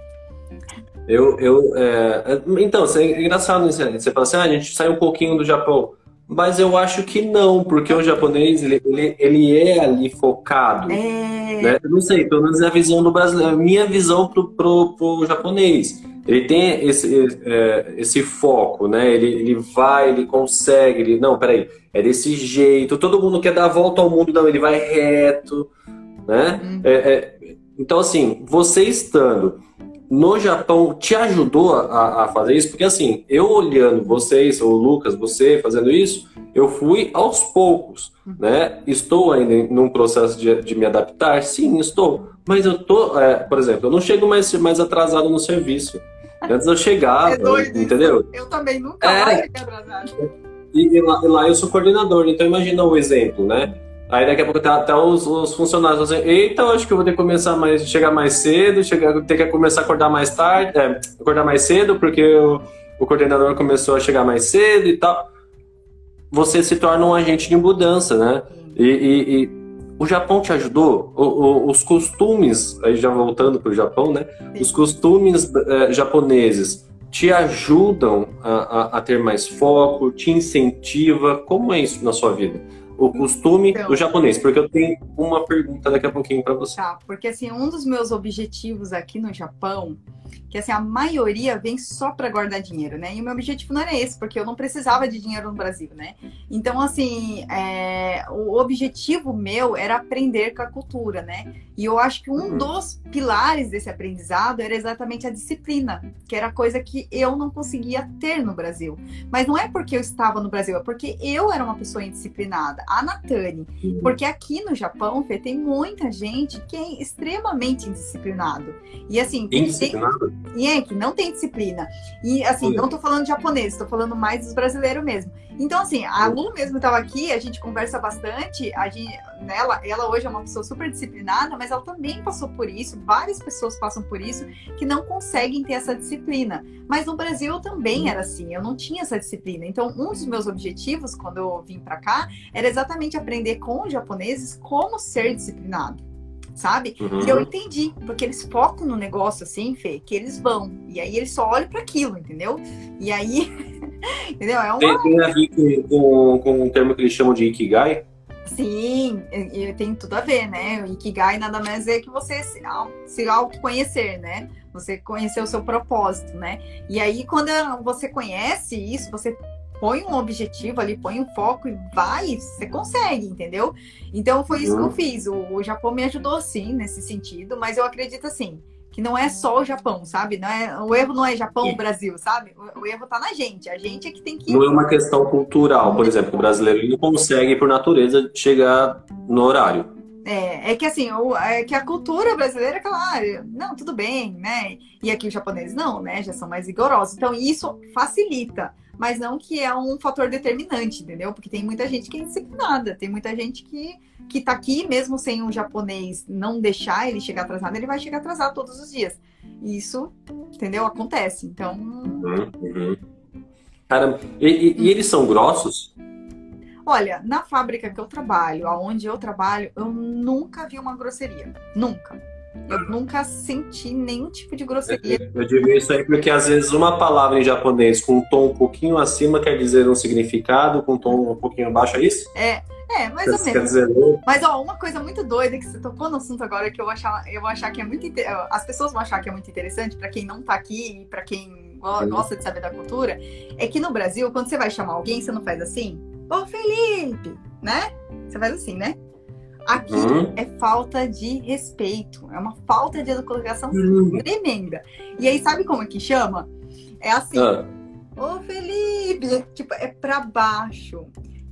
Então, é engraçado isso. Você fala assim, a gente sai um pouquinho do Japão. Mas eu acho que não, porque o japonês, ele é ali focado. Né? Eu não sei, pelo menos é a visão do brasileiro, a minha visão pro japonês. Ele tem esse foco, né? Ele vai, ele consegue, não, peraí, é desse jeito, todo mundo quer dar a volta ao mundo, não, ele vai reto, né? Então, assim, você estando no Japão te ajudou a fazer isso? Porque assim, eu olhando vocês, ou o Lucas, você fazendo isso, eu fui aos poucos, né? Estou ainda num processo de me adaptar? Sim, estou. Mas eu tô, por exemplo, eu não chego mais atrasado no serviço. Antes eu chegava, entendeu? Eu também nunca mais cheguei atrasado. E lá eu sou coordenador, então imagina o exemplo, né? Aí daqui a pouco até os funcionários assim, eita, eu acho que eu vou ter que chegar mais cedo, ter que começar a acordar mais tarde, acordar mais cedo, porque o coordenador começou a chegar mais cedo e tal. Você se torna um agente de mudança, né? E o Japão te ajudou? Os costumes, aí já voltando para o Japão, né? Sim. Os costumes japoneses te ajudam a ter mais foco, te incentiva? Como é isso na sua vida? O costume do japonês, porque eu tenho uma pergunta daqui a pouquinho para você. Tá, porque assim, um dos meus objetivos aqui no Japão, que assim, a maioria vem só para guardar dinheiro, né? E o meu objetivo não era esse, porque eu não precisava de dinheiro no Brasil, né? Então, assim, o objetivo meu era aprender com a cultura, né? E eu acho que um dos pilares desse aprendizado era exatamente a disciplina, que era coisa que eu não conseguia ter no Brasil. Mas não é porque eu estava no Brasil, é porque eu era uma pessoa indisciplinada. A Natane, porque aqui no Japão, Fê, tem muita gente que é extremamente indisciplinado. E assim, que não tem disciplina. E assim, não tô falando de japonês, tô falando mais dos brasileiros mesmo. Então, assim, a Lu mesmo estava aqui, a gente conversa bastante, ela hoje é uma pessoa super disciplinada, mas ela também passou por isso, várias pessoas passam por isso, que não conseguem ter essa disciplina. Mas no Brasil eu também era assim, eu não tinha essa disciplina. Então, um dos meus objetivos, quando eu vim para cá, era exatamente aprender com os japoneses como ser disciplinado. Sabe? E eu entendi, porque eles focam no negócio assim, Fê, que eles vão. E aí eles só olham para aquilo, entendeu? E aí, entendeu? Tem a ver com um termo que eles chamam de Ikigai? Sim, tem tudo a ver, né? O Ikigai nada mais é que você se autoconhecer, né? Você conhecer o seu propósito, né? E aí, quando você conhece isso, você põe um objetivo ali, põe um foco e vai, você consegue, entendeu? Então foi isso que eu fiz. O Japão me ajudou sim nesse sentido, mas eu acredito assim, que não é só o Japão, sabe? O erro não é Japão ou Brasil, sabe? O erro tá na gente. A gente é que tem que... Não é uma questão cultural, por exemplo, o brasileiro ele não consegue, por natureza, chegar no horário. É que assim, é que a cultura brasileira é aquela, não, tudo bem, né? E aqui os japoneses não, né? Já são mais rigorosos. Então isso facilita. Mas não que é um fator determinante, entendeu? Porque tem muita gente que é indisciplinada, tem muita gente que tá aqui, mesmo sem um japonês não deixar ele chegar atrasado, ele vai chegar atrasado todos os dias. Isso, entendeu? Acontece, então... Caramba, e eles são grossos? Olha, na fábrica que eu trabalho, aonde eu trabalho, eu nunca vi uma grosseria. Nunca. Eu nunca senti nenhum tipo de grosseria. Eu digo isso aí porque às vezes uma palavra em japonês com um tom um pouquinho acima quer dizer um significado, com um tom um pouquinho abaixo, é isso? Mais ou Quer menos. dizer, Mas, ó, uma coisa muito doida que você tocou no assunto agora, que eu vou achar que é muito as pessoas vão achar que é muito interessante, pra quem não tá aqui e pra quem gosta de saber da cultura, é que no Brasil, quando você vai chamar alguém, você não faz assim? Ô, Felipe! Né? Você faz assim, né? Aqui é falta de respeito. É uma falta de educação tremenda. E aí, sabe como é que chama? É assim, ô, Felipe! Tipo, é pra baixo.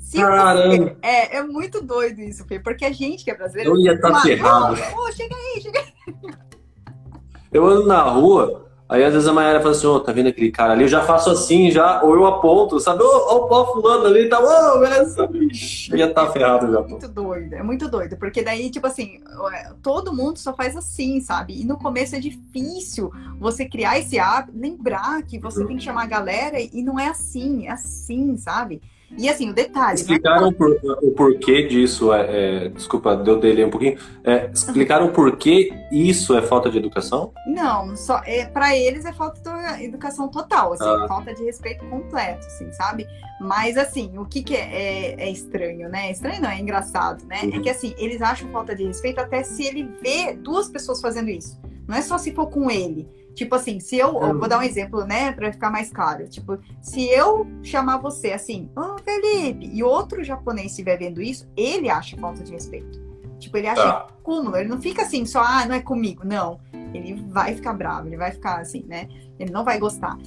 É muito doido isso, Fê, porque a gente que é brasileiro... Eu ia estar ferrado. Chega aí. Eu ando na rua, aí às vezes a Mayara fala assim, tá vendo aquele cara ali? Eu já faço assim, ou eu aponto, sabe? Ó, fulano ali, tá bom, essa bicha. Eu ia estar ferrado já. É muito doido, porque daí, tipo assim, todo mundo só faz assim, sabe? E no começo é difícil você criar esse hábito, lembrar que você tem que chamar a galera e não é assim, sabe? E assim, o detalhe... Explicaram o porquê disso, desculpa, deu delay um pouquinho. Explicaram o porquê isso é falta de educação? Não, só para eles é falta de educação total, assim, falta de respeito completo, assim, sabe? Mas assim, o que é estranho, né? Estranho não, é engraçado, né? É que assim, eles acham falta de respeito até se ele vê duas pessoas fazendo isso. Não é só se for com ele. Tipo assim, se eu vou dar um exemplo, né, pra ficar mais claro. Tipo, se eu chamar você assim, ô Felipe, e outro japonês estiver vendo isso, ele acha falta de respeito. Tipo, ele acha cúmulo, ele não fica assim, só, não é comigo. Não, ele vai ficar bravo, ele vai ficar assim, né? Ele não vai gostar.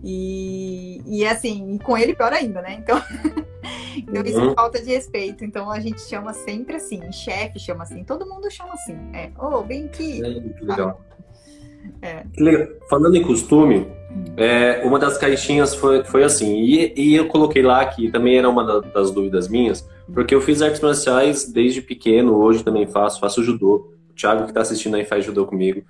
E assim, com ele pior ainda, né? Então, então isso é falta de respeito. Então a gente chama sempre assim, chefe chama assim, todo mundo chama assim. Vem aqui. Que legal. Falando em costume, uma das caixinhas foi assim, e eu coloquei lá que também era uma das dúvidas minhas, porque eu fiz artes marciais desde pequeno, hoje também faço judô. O Thiago que está assistindo aí faz judô comigo.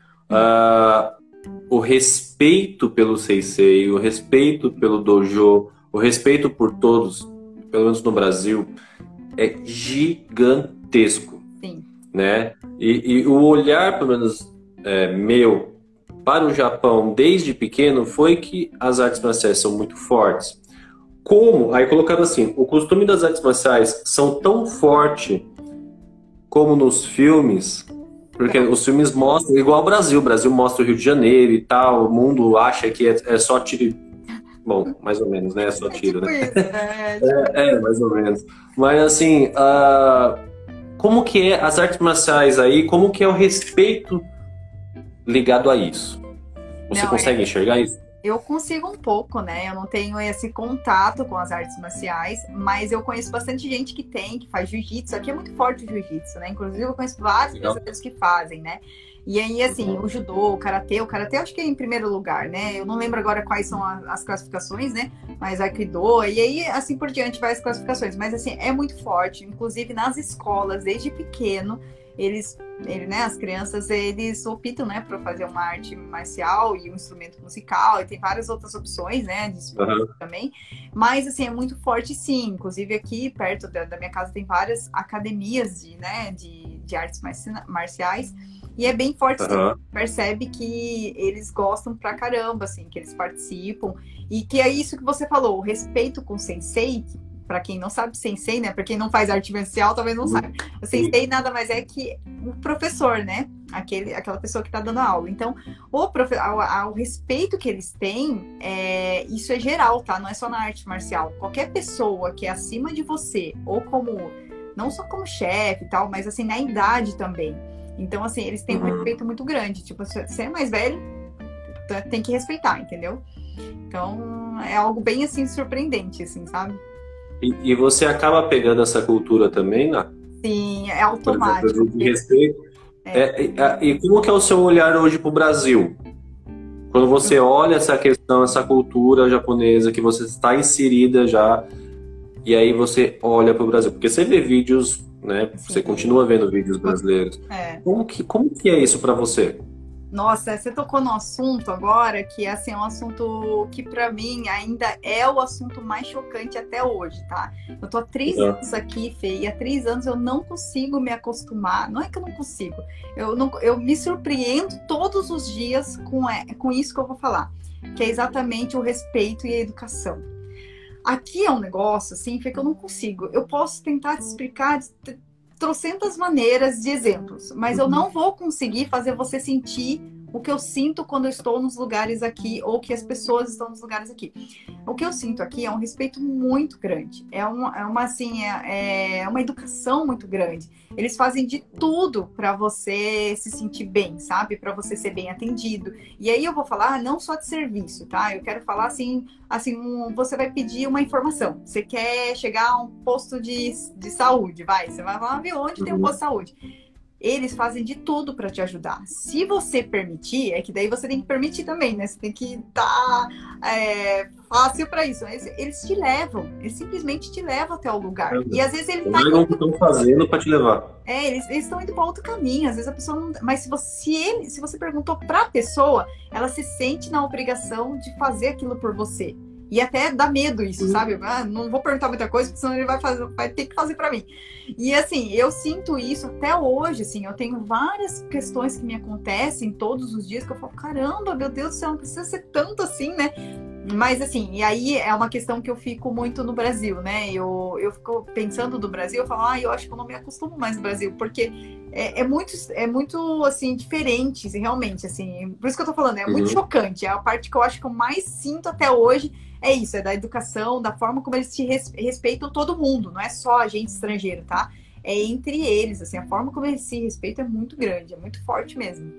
O respeito pelo sensei, o respeito pelo dojo, o respeito por todos, pelo menos no Brasil, é gigantesco. Sim. Né? E o olhar, pelo menos meu, para o Japão desde pequeno foi que as artes marciais são muito fortes. Aí colocando assim, o costume das artes marciais são tão forte como nos filmes, porque os filmes mostram, igual o Brasil mostra o Rio de Janeiro e tal, o mundo acha que é só tiro. Bom, mais ou menos, né? É só tiro, né? Mais ou menos. Mas assim, como que é as artes marciais aí, como que é o respeito ligado a isso? Você consegue enxergar isso? Eu consigo um pouco, né? Eu não tenho esse contato com as artes marciais, mas eu conheço bastante gente que faz jiu-jitsu. Aqui é muito forte o jiu-jitsu, né? Inclusive eu conheço vários brasileiros que fazem, né? E aí, assim, o judô, o karatê acho que é em primeiro lugar, né? Eu não lembro agora quais são as classificações, né? Mas aikido, e aí, assim por diante, várias classificações. Mas, assim, é muito forte. Inclusive, nas escolas, desde pequeno, as crianças, eles optam, né, para fazer uma arte marcial e um instrumento musical, e tem várias outras opções, né, de esporte também, mas, assim, é muito forte, sim. Inclusive, aqui perto da minha casa tem várias academias de artes marciais, e é bem forte, percebe que eles gostam pra caramba, assim, que eles participam, e que é isso que você falou, o respeito com o sensei. Para quem não sabe, sensei, né? Para quem não faz arte marcial, talvez não saiba. O sensei nada mais é que o professor, né? Aquela pessoa que está dando aula. Então, o respeito que eles têm, isso é geral, tá? Não é só na arte marcial. Qualquer pessoa que é acima de você, ou não só como chefe e tal, mas assim, na idade também. Então, assim, eles têm um respeito muito grande. Tipo, se você é mais velho, tem que respeitar, entendeu? Então, é algo bem, assim, surpreendente, assim, sabe? E você acaba pegando essa cultura também, né? Sim, é automático. Por exemplo, de respeito. E como que é o seu olhar hoje para o Brasil? Quando você olha essa questão, essa cultura japonesa, que você está inserida já, e aí você olha para o Brasil. Porque você vê vídeos, né? Sim. Você continua vendo vídeos brasileiros. Como que é isso para você? Nossa, você tocou no assunto agora que assim, é um assunto que para mim ainda é o assunto mais chocante até hoje, tá? Eu tô há 3 anos aqui, Fê, e há 3 anos eu não consigo me acostumar. Não é que eu não consigo, eu me surpreendo todos os dias com isso que eu vou falar, que é exatamente o respeito e a educação. Aqui é um negócio assim, Fê, que eu não consigo. Eu posso tentar te explicar trocentas maneiras de exemplos, mas eu não vou conseguir fazer você sentir o que eu sinto quando eu estou nos lugares aqui ou que as pessoas estão nos lugares aqui. O que eu sinto aqui é um respeito muito grande, é uma educação muito grande. Eles fazem de tudo para você se sentir bem, sabe? Para você ser bem atendido. E aí eu vou falar não só de serviço, tá? Eu quero falar assim, você vai pedir uma informação. Você quer chegar a um posto de saúde, você vai lá ver onde tem um posto de saúde. Eles fazem de tudo para te ajudar. Se você permitir, é que daí você tem que permitir também, né? Você tem que estar fácil para isso. Eles te levam, eles simplesmente te levam até o lugar. E às vezes ele tá indo... estão fazendo para te levar. Eles estão indo para outro caminho. Às vezes a pessoa não... Mas se você perguntou para a pessoa, ela se sente na obrigação de fazer aquilo por você. E até dá medo isso, sabe? Não vou perguntar muita coisa, porque senão ele vai ter que fazer para mim. E assim, eu sinto isso até hoje, assim, eu tenho várias questões que me acontecem todos os dias que eu falo, caramba, meu Deus do céu, não precisa ser tanto assim, né? Mas assim, e aí é uma questão que eu fico muito no Brasil, né? Eu fico pensando no Brasil, eu falo, eu acho que eu não me acostumo mais no Brasil, porque é muito assim, diferente, realmente, assim. Por isso que eu tô falando, é muito chocante. É a parte que eu acho que eu mais sinto até hoje. É isso, é da educação, da forma como eles te respeitam todo mundo, não é só a gente estrangeiro, tá? É entre eles, assim, a forma como eles se respeitam é muito grande, é muito forte mesmo.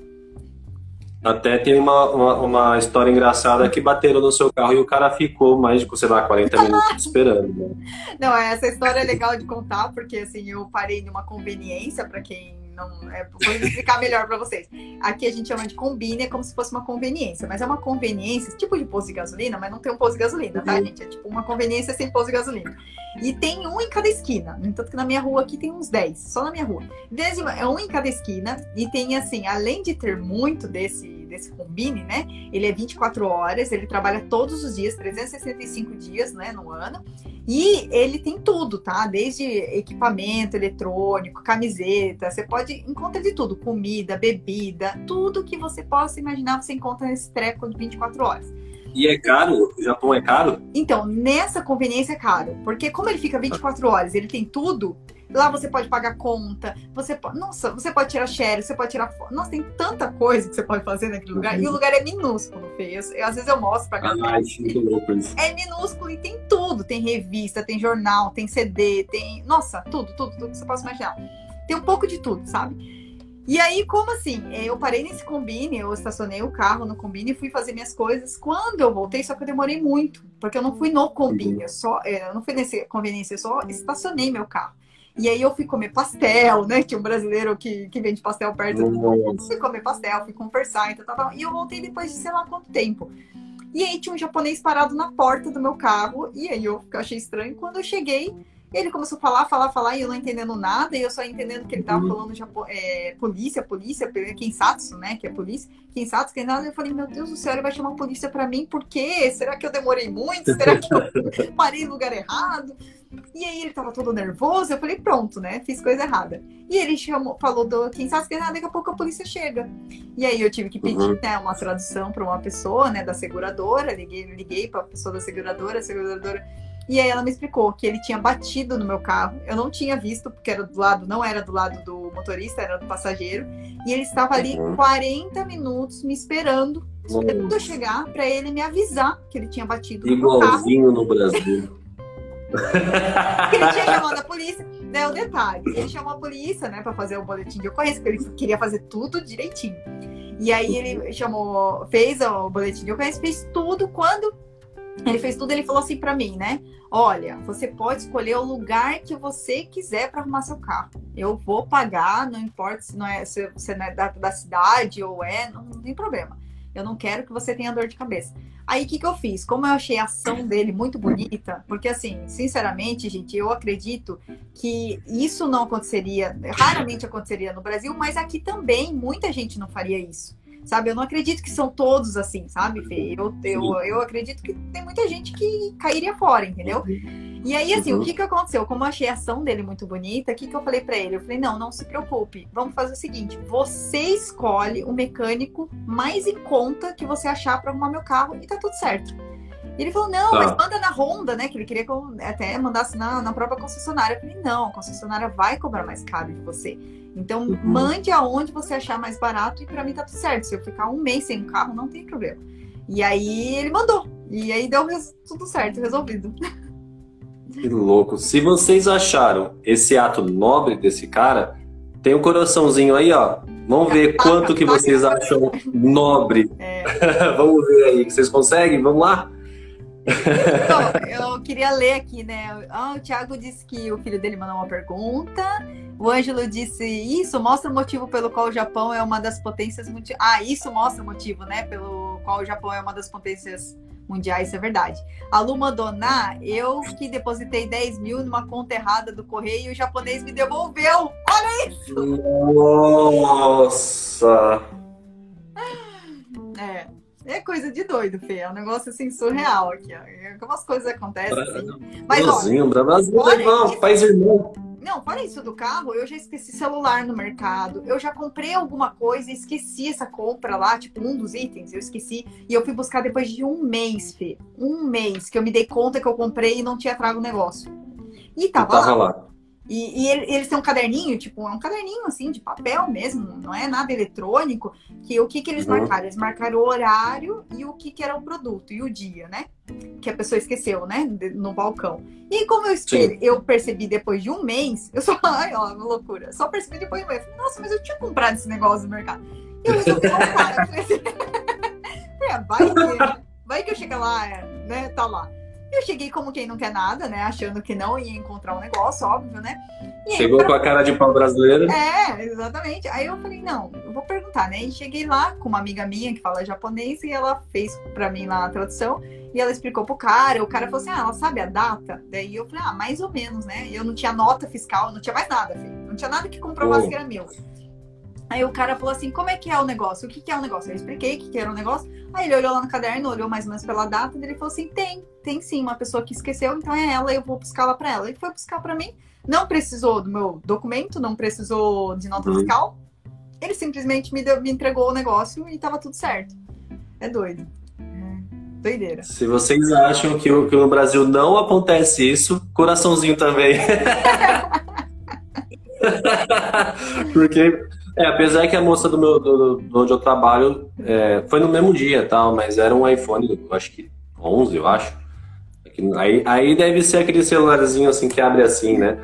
Até tem uma história engraçada que bateram no seu carro e o cara ficou mais de, sei lá, 40 minutos esperando. Né? Não, essa história é legal de contar, porque assim, eu parei numa conveniência, para quem não... vou explicar melhor para vocês. Aqui a gente chama de combine, é como se fosse uma conveniência, mas é uma conveniência, tipo de posto de gasolina, mas não tem um posto de gasolina, tá, gente? É tipo uma conveniência sem posto de gasolina. E tem um em cada esquina, no entanto que na minha rua aqui tem uns 10, só na minha rua. É um em cada esquina, e tem assim, além de ter muito desse combine, né? Ele é 24 horas, ele trabalha todos os dias, 365 dias, né, no ano. E ele tem tudo, tá? Desde equipamento eletrônico, camiseta, você encontra de tudo, comida, bebida, tudo que você possa imaginar, você encontra nesse treco de 24 horas. E é caro? O Japão é caro? Então, nessa conveniência é caro, porque como ele fica 24 horas, ele tem tudo. Lá você pode pagar conta, você pode tirar share, você pode tirar foto. Nossa, tem tanta coisa que você pode fazer naquele lugar. E o lugar é minúsculo, Fê. Às vezes eu mostro pra galera. Muito louco isso. É minúsculo e tem tudo. Tem revista, tem jornal, tem CD, tem... Nossa, tudo que você possa imaginar. Tem um pouco de tudo, sabe? E aí, como assim? Eu parei nesse combine, eu estacionei o carro no combine e fui fazer minhas coisas. Quando eu voltei, só que eu demorei muito, porque eu não fui no combine, eu não fui nesse conveniência, eu só estacionei meu carro. E aí eu fui comer pastel, né? Tinha um brasileiro que vende pastel perto do... Fui comer pastel, fui conversar, e eu voltei depois de sei lá quanto tempo. E aí tinha um japonês parado na porta do meu carro, e aí eu achei estranho. Quando eu cheguei, ele começou a falar, e eu não entendendo nada, e eu só entendendo que ele tava falando polícia, Kensatsu, né, que é polícia, Kensatsu, eu falei, meu Deus do céu, ele vai chamar a polícia pra mim, por quê? Será que eu demorei muito? Será que eu parei no lugar errado? E aí ele tava todo nervoso, eu falei, pronto, né, fiz coisa errada. E ele falou do Kensatsu, que daqui a pouco a polícia chega. E aí eu tive que pedir, né, uma tradução pra uma pessoa, né, da seguradora, liguei pra pessoa da seguradora, a seguradora... E aí ela me explicou que ele tinha batido no meu carro. Eu não tinha visto, porque não era do lado do motorista, era do passageiro. E ele estava ali 40 minutos me esperando eu chegar para ele me avisar que ele tinha batido no meu carro. Igualzinho no Brasil. Ele tinha chamado a polícia. Né, o detalhe, ele chamou a polícia, né, para fazer o boletim de ocorrência, porque ele queria fazer tudo direitinho. E aí ele fez o boletim de ocorrência, fez tudo. Quando ele fez tudo, ele falou assim pra mim, né? Olha, você pode escolher o lugar que você quiser para arrumar seu carro. Eu vou pagar, não importa se você não é da cidade ou não tem problema. Eu não quero que você tenha dor de cabeça. Aí, o que eu fiz? Como eu achei a ação dele muito bonita, porque assim, sinceramente, gente, eu acredito que isso não aconteceria, raramente aconteceria no Brasil, mas aqui também muita gente não faria isso. sabe? Eu não acredito que são todos assim, sabe, Fê? Eu acredito que tem muita gente que cairia fora, entendeu? E aí, assim, o que aconteceu? Como eu achei a ação dele muito bonita, o que eu falei pra ele? Eu falei, não se preocupe, vamos fazer o seguinte, você escolhe o mecânico mais em conta que você achar pra arrumar meu carro e tá tudo certo. E ele falou, não, mas manda na Honda, né? Que ele queria que eu até mandasse na própria concessionária. Eu falei, não, a concessionária vai cobrar mais caro de você. Então, mande aonde você achar mais barato e pra mim tá tudo certo. Se eu ficar um mês sem um carro, não tem problema. E aí, ele mandou. E aí, deu tudo certo, resolvido. Que louco. Se vocês acharam esse ato nobre desse cara, tem um coraçãozinho aí, ó. Vamos ver quanto que vocês acham nobre. Vamos ver aí, que vocês conseguem? Vamos lá? Então, eu queria ler aqui, né? O Thiago disse que o filho dele mandou uma pergunta. O Ângelo disse, isso mostra o motivo pelo qual o Japão é uma das potências mundiais. Isso mostra o motivo, né? Pelo qual o Japão é uma das potências mundiais, isso é verdade. A Lu mandou, eu que depositei 10 mil numa conta errada do correio e o japonês me devolveu. Olha isso! Nossa! É coisa de doido, Fê. É um negócio assim surreal aqui, ó. Algumas coisas acontecem assim. Mas olha, Brasil é país irmão. Não, fora isso do carro, eu já esqueci celular no mercado. Eu já comprei alguma coisa e esqueci essa compra lá, tipo, um dos itens, eu esqueci. E eu fui buscar depois de um mês, Fê. Um mês que eu me dei conta que eu comprei e não tinha trago o negócio. E tava lá. E eles têm um caderninho, tipo, é um caderninho assim, de papel mesmo, não é nada eletrônico, que o que eles marcaram? Eles marcaram o horário e o que era o produto, e o dia, né? Que a pessoa esqueceu, né? No balcão. E como eu percebi depois de um mês, eu só, loucura, só percebi depois de um mês. Nossa, mas eu tinha comprado esse negócio no mercado. E eu resolvi comprar. Eu falei assim, vai que eu chego lá, né? Tá lá. Eu cheguei como quem não quer nada, né? Achando que não ia encontrar um negócio, óbvio, né? E chegou aí, com a cara de pau brasileira. Exatamente. Aí eu falei, não, eu vou perguntar, né? E cheguei lá com uma amiga minha que fala japonês e ela fez pra mim lá a tradução e ela explicou pro cara. O cara falou assim, ela sabe a data? Daí eu falei, mais ou menos, né? Eu não tinha nota fiscal, não tinha mais nada, filho. Não tinha nada que comprovasse que era meu. Aí o cara falou assim, como é que é o negócio? O que é o negócio? Eu expliquei o que era o negócio. Aí ele olhou lá no caderno, olhou mais ou menos pela data, e ele falou assim, tem sim, uma pessoa que esqueceu, então é ela, eu vou buscar ela pra ela. Ele foi buscar pra mim, não precisou do meu documento, não precisou de nota fiscal. Ele simplesmente me entregou o negócio e tava tudo certo. É doido. Doideira. Se vocês acham que no Brasil não acontece isso, coraçãozinho também. Porque... apesar que a moça do onde eu trabalho foi no mesmo dia, tal, mas era um iPhone, eu acho que 11, eu acho. Aí deve ser aquele celularzinho assim que abre assim, né?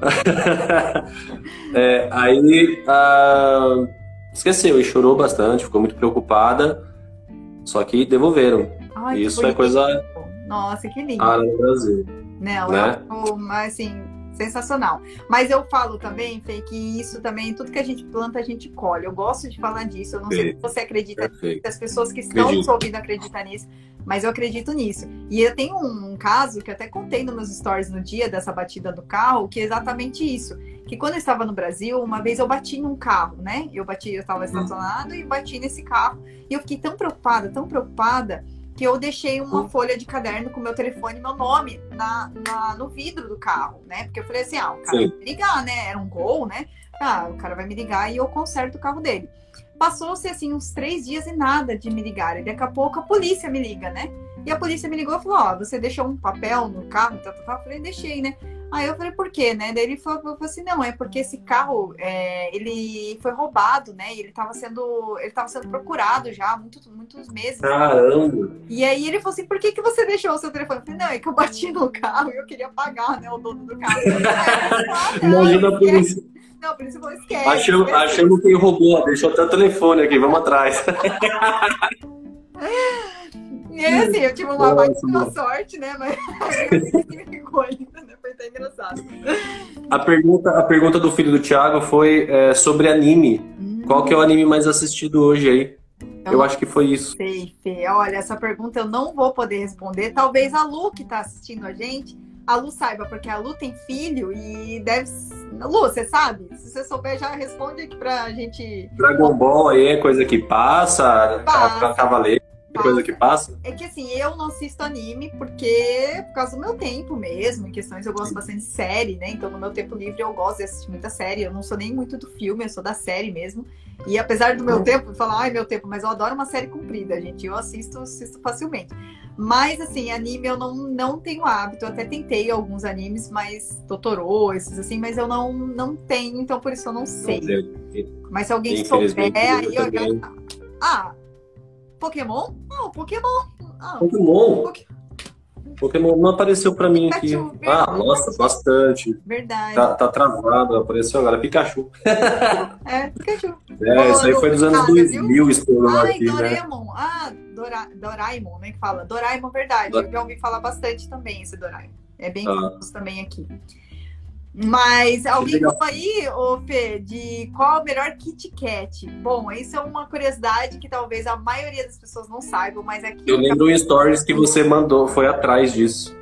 Aí esqueceu e chorou bastante, ficou muito preocupada, só que devolveram. Ai, isso é coisa... Nossa, que lindo. No Brasil. Não, né? Mas assim... sensacional. Mas eu falo também, Fê, que isso também, tudo que a gente planta, a gente colhe. Eu gosto de falar disso. Eu não sei se você acredita nisso, as pessoas que estão nos ouvindo acreditam nisso, mas eu acredito nisso. E eu tenho um caso que eu até contei nos meus stories no dia dessa batida do carro, que é exatamente isso. Que quando eu estava no Brasil, uma vez eu bati num carro, né? Eu estava estacionado e bati nesse carro. E eu fiquei tão preocupada, que eu deixei uma folha de caderno com meu telefone e meu nome no vidro do carro, né? Porque eu falei assim, o cara vai me ligar, né? Era um Gol, né? O cara vai me ligar e eu conserto o carro dele. Passou-se, assim, uns 3 dias e nada de me ligar. E daqui a pouco a polícia me liga, né? E a polícia me ligou e falou, você deixou um papel no carro? Eu falei, deixei, né? Aí eu falei, por quê, né? Daí ele falou assim, não, é porque esse carro, ele foi roubado, né? E ele tava sendo procurado já há muitos meses. Caramba! E aí ele falou assim, por que você deixou o seu telefone? Eu falei, não, é que eu bati no carro e eu queria pagar, né, o dono do carro. Imagina a polícia. Não, por isso eu falei, esquece. Achamos que roubou, deixou até o telefone aqui, vamos atrás. E aí, assim, eu tive uma baita sorte, né? Mas ficou ainda, né? Foi até engraçado. A pergunta do filho do Thiago foi sobre anime. Qual que é o anime mais assistido hoje aí? Eu acho que foi isso. Sei, Fê. Olha, essa pergunta eu não vou poder responder. Talvez a Lu, que tá assistindo a gente, a Lu saiba, porque a Lu tem filho e deve... Lu, você sabe? Se você souber, já responde aqui pra gente... Dragon Ball aí é coisa que passa. Cavaleiro é coisa que passa. É que assim, eu não assisto anime porque por causa do meu tempo mesmo, em questões eu gosto bastante de série, né? Então no meu tempo livre eu gosto de assistir muita série. Eu não sou nem muito do filme, eu sou da série mesmo. E apesar do meu tempo, falar, ai meu tempo, mas eu adoro uma série comprida, gente. Eu assisto facilmente. Mas assim, anime eu não tenho hábito. Eu até tentei alguns animes, mas Totoro, esses assim, mas eu não tenho, então por isso eu não sei. Mas se alguém souber, aí eu já... Ah, Pokémon? Oh, Pokémon. Pokémon não apareceu pra mim aqui. Verdade. Nossa, bastante. Verdade. Tá travado, apareceu agora. Pikachu. Pikachu. Isso aí foi dos anos 2000, estourou aqui, Doraemon. né? Doraemon, né, que fala. Doraemon, verdade. Eu já ouvi falar bastante também esse Doraemon. É bem famoso também aqui. Mas alguém falou aí, ô Fê, de qual é o melhor Kit Kat? Bom, isso é uma curiosidade que talvez a maioria das pessoas não saibam, mas aqui... Eu lembro em stories que você mandou, foi atrás disso.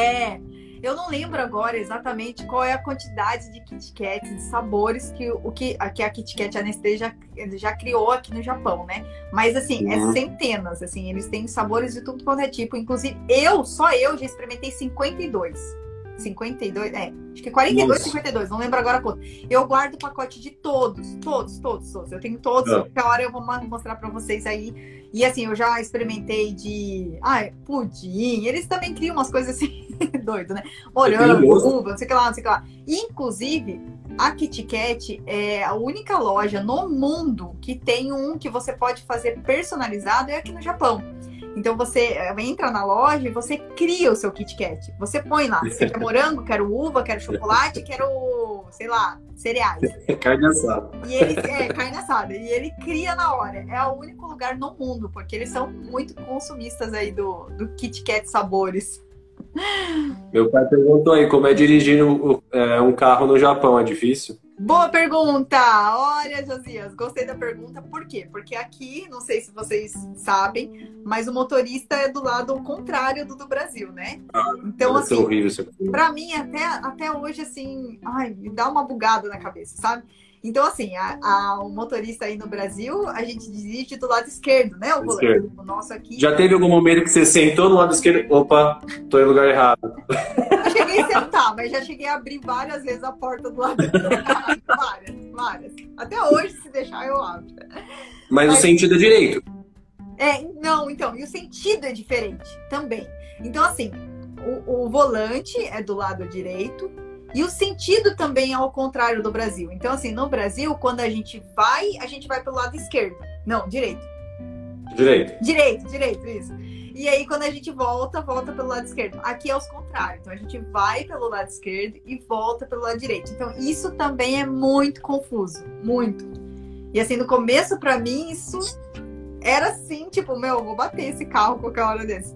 Eu não lembro agora exatamente qual é a quantidade de Kit Kats, de sabores que a Kit Kat Nestlé já criou aqui no Japão, né? Mas assim, é centenas, assim, eles têm sabores de tudo quanto é tipo. Inclusive, só eu já experimentei 52. 52, acho que 42, 52, não lembro agora quanto. Eu guardo o pacote de todos. Eu tenho todos, qualquer hora eu vou mostrar pra vocês aí. E assim, eu já experimentei de pudim, eles também criam umas coisas assim, doido, né? Morango, uva, não sei o que lá, não sei o que lá. Inclusive, a Kit Kat é a única loja no mundo que tem um que você pode fazer personalizado, é aqui no Japão. Então você entra na loja e você cria o seu Kit Kat. Você põe lá, você quer morango, quero uva, quero chocolate, quero, sei lá, cereais. Carne assada. E ele, carne assada. E ele cria na hora. É o único lugar no mundo, porque eles são muito consumistas aí do Kit Kat sabores. Meu pai perguntou aí como é dirigir um carro no Japão, é difícil? Boa pergunta! Olha, Josias, gostei da pergunta. Por quê? Porque aqui, não sei se vocês sabem, mas o motorista é do lado contrário do Brasil, né? Então, assim, horrível isso aqui. Pra mim, até hoje, assim, me dá uma bugada na cabeça, sabe? Então, assim, o motorista aí no Brasil, a gente dirige do lado esquerdo, né? O nosso aqui. Já teve algum momento que você sentou no lado esquerdo? Opa, tô em lugar errado. Eu cheguei a sentar, mas já cheguei a abrir várias vezes a porta do lado esquerdo. Várias. Até hoje, se deixar, eu abro. Mas o sentido é direito. Não, então, e o sentido é diferente também. Então, assim, o volante é do lado direito. E o sentido também é ao contrário do Brasil. Então, assim, no Brasil, quando a gente vai pelo lado esquerdo. Não, direito. Direito, isso. E aí, quando a gente volta pelo lado esquerdo. Aqui é os contrários. Então, a gente vai pelo lado esquerdo e volta pelo lado direito. Então, isso também é muito confuso. Muito. E assim, no começo, pra mim, isso era assim, tipo, eu vou bater esse carro qualquer hora desse.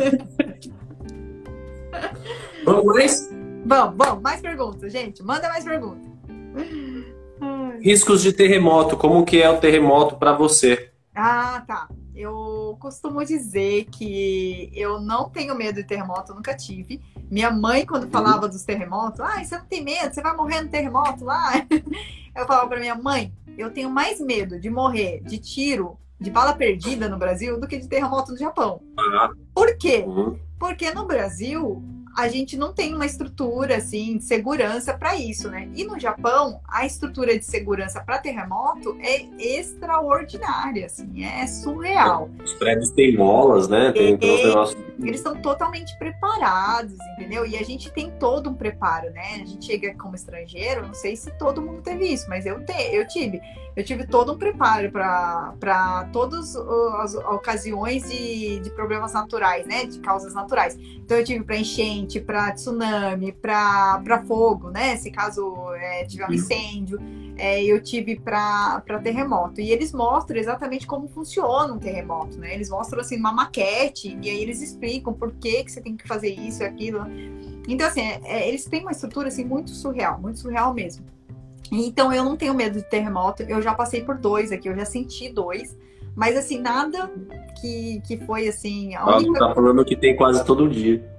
Vamos, mais perguntas, gente. Manda mais perguntas. Riscos de terremoto. Como que é o terremoto para você? Tá. Eu costumo dizer que eu não tenho medo de terremoto, eu nunca tive. Minha mãe, quando falava dos terremotos, você não tem medo, você vai morrer no terremoto lá. Eu falava pra minha mãe, eu tenho mais medo de morrer de tiro, de bala perdida no Brasil, do que de terremoto no Japão. Por quê? Porque no Brasil... a gente não tem uma estrutura assim de segurança para isso, né? E no Japão, a estrutura de segurança para terremoto é extraordinária, assim, é surreal. Os prédios têm molas, né? Tem uns negócios. Eles estão totalmente preparados, entendeu? E a gente tem todo um preparo, né? A gente chega como estrangeiro, não sei se todo mundo teve isso, mas eu tive todo um preparo para todas as ocasiões de problemas naturais, né? De causas naturais. Então eu tive para enchente, para tsunami, para fogo, né? Se caso tiver um incêndio, eu tive para terremoto. E eles mostram exatamente como funciona um terremoto, né? Eles mostram assim uma maquete e aí eles explicam por que você tem que fazer isso e aquilo. Então assim, eles têm uma estrutura assim muito surreal mesmo. Então eu não tenho medo de terremoto. Eu já passei por 2 aqui, eu já senti 2. Mas assim, nada que foi assim... Tá falando que tem quase todo dia.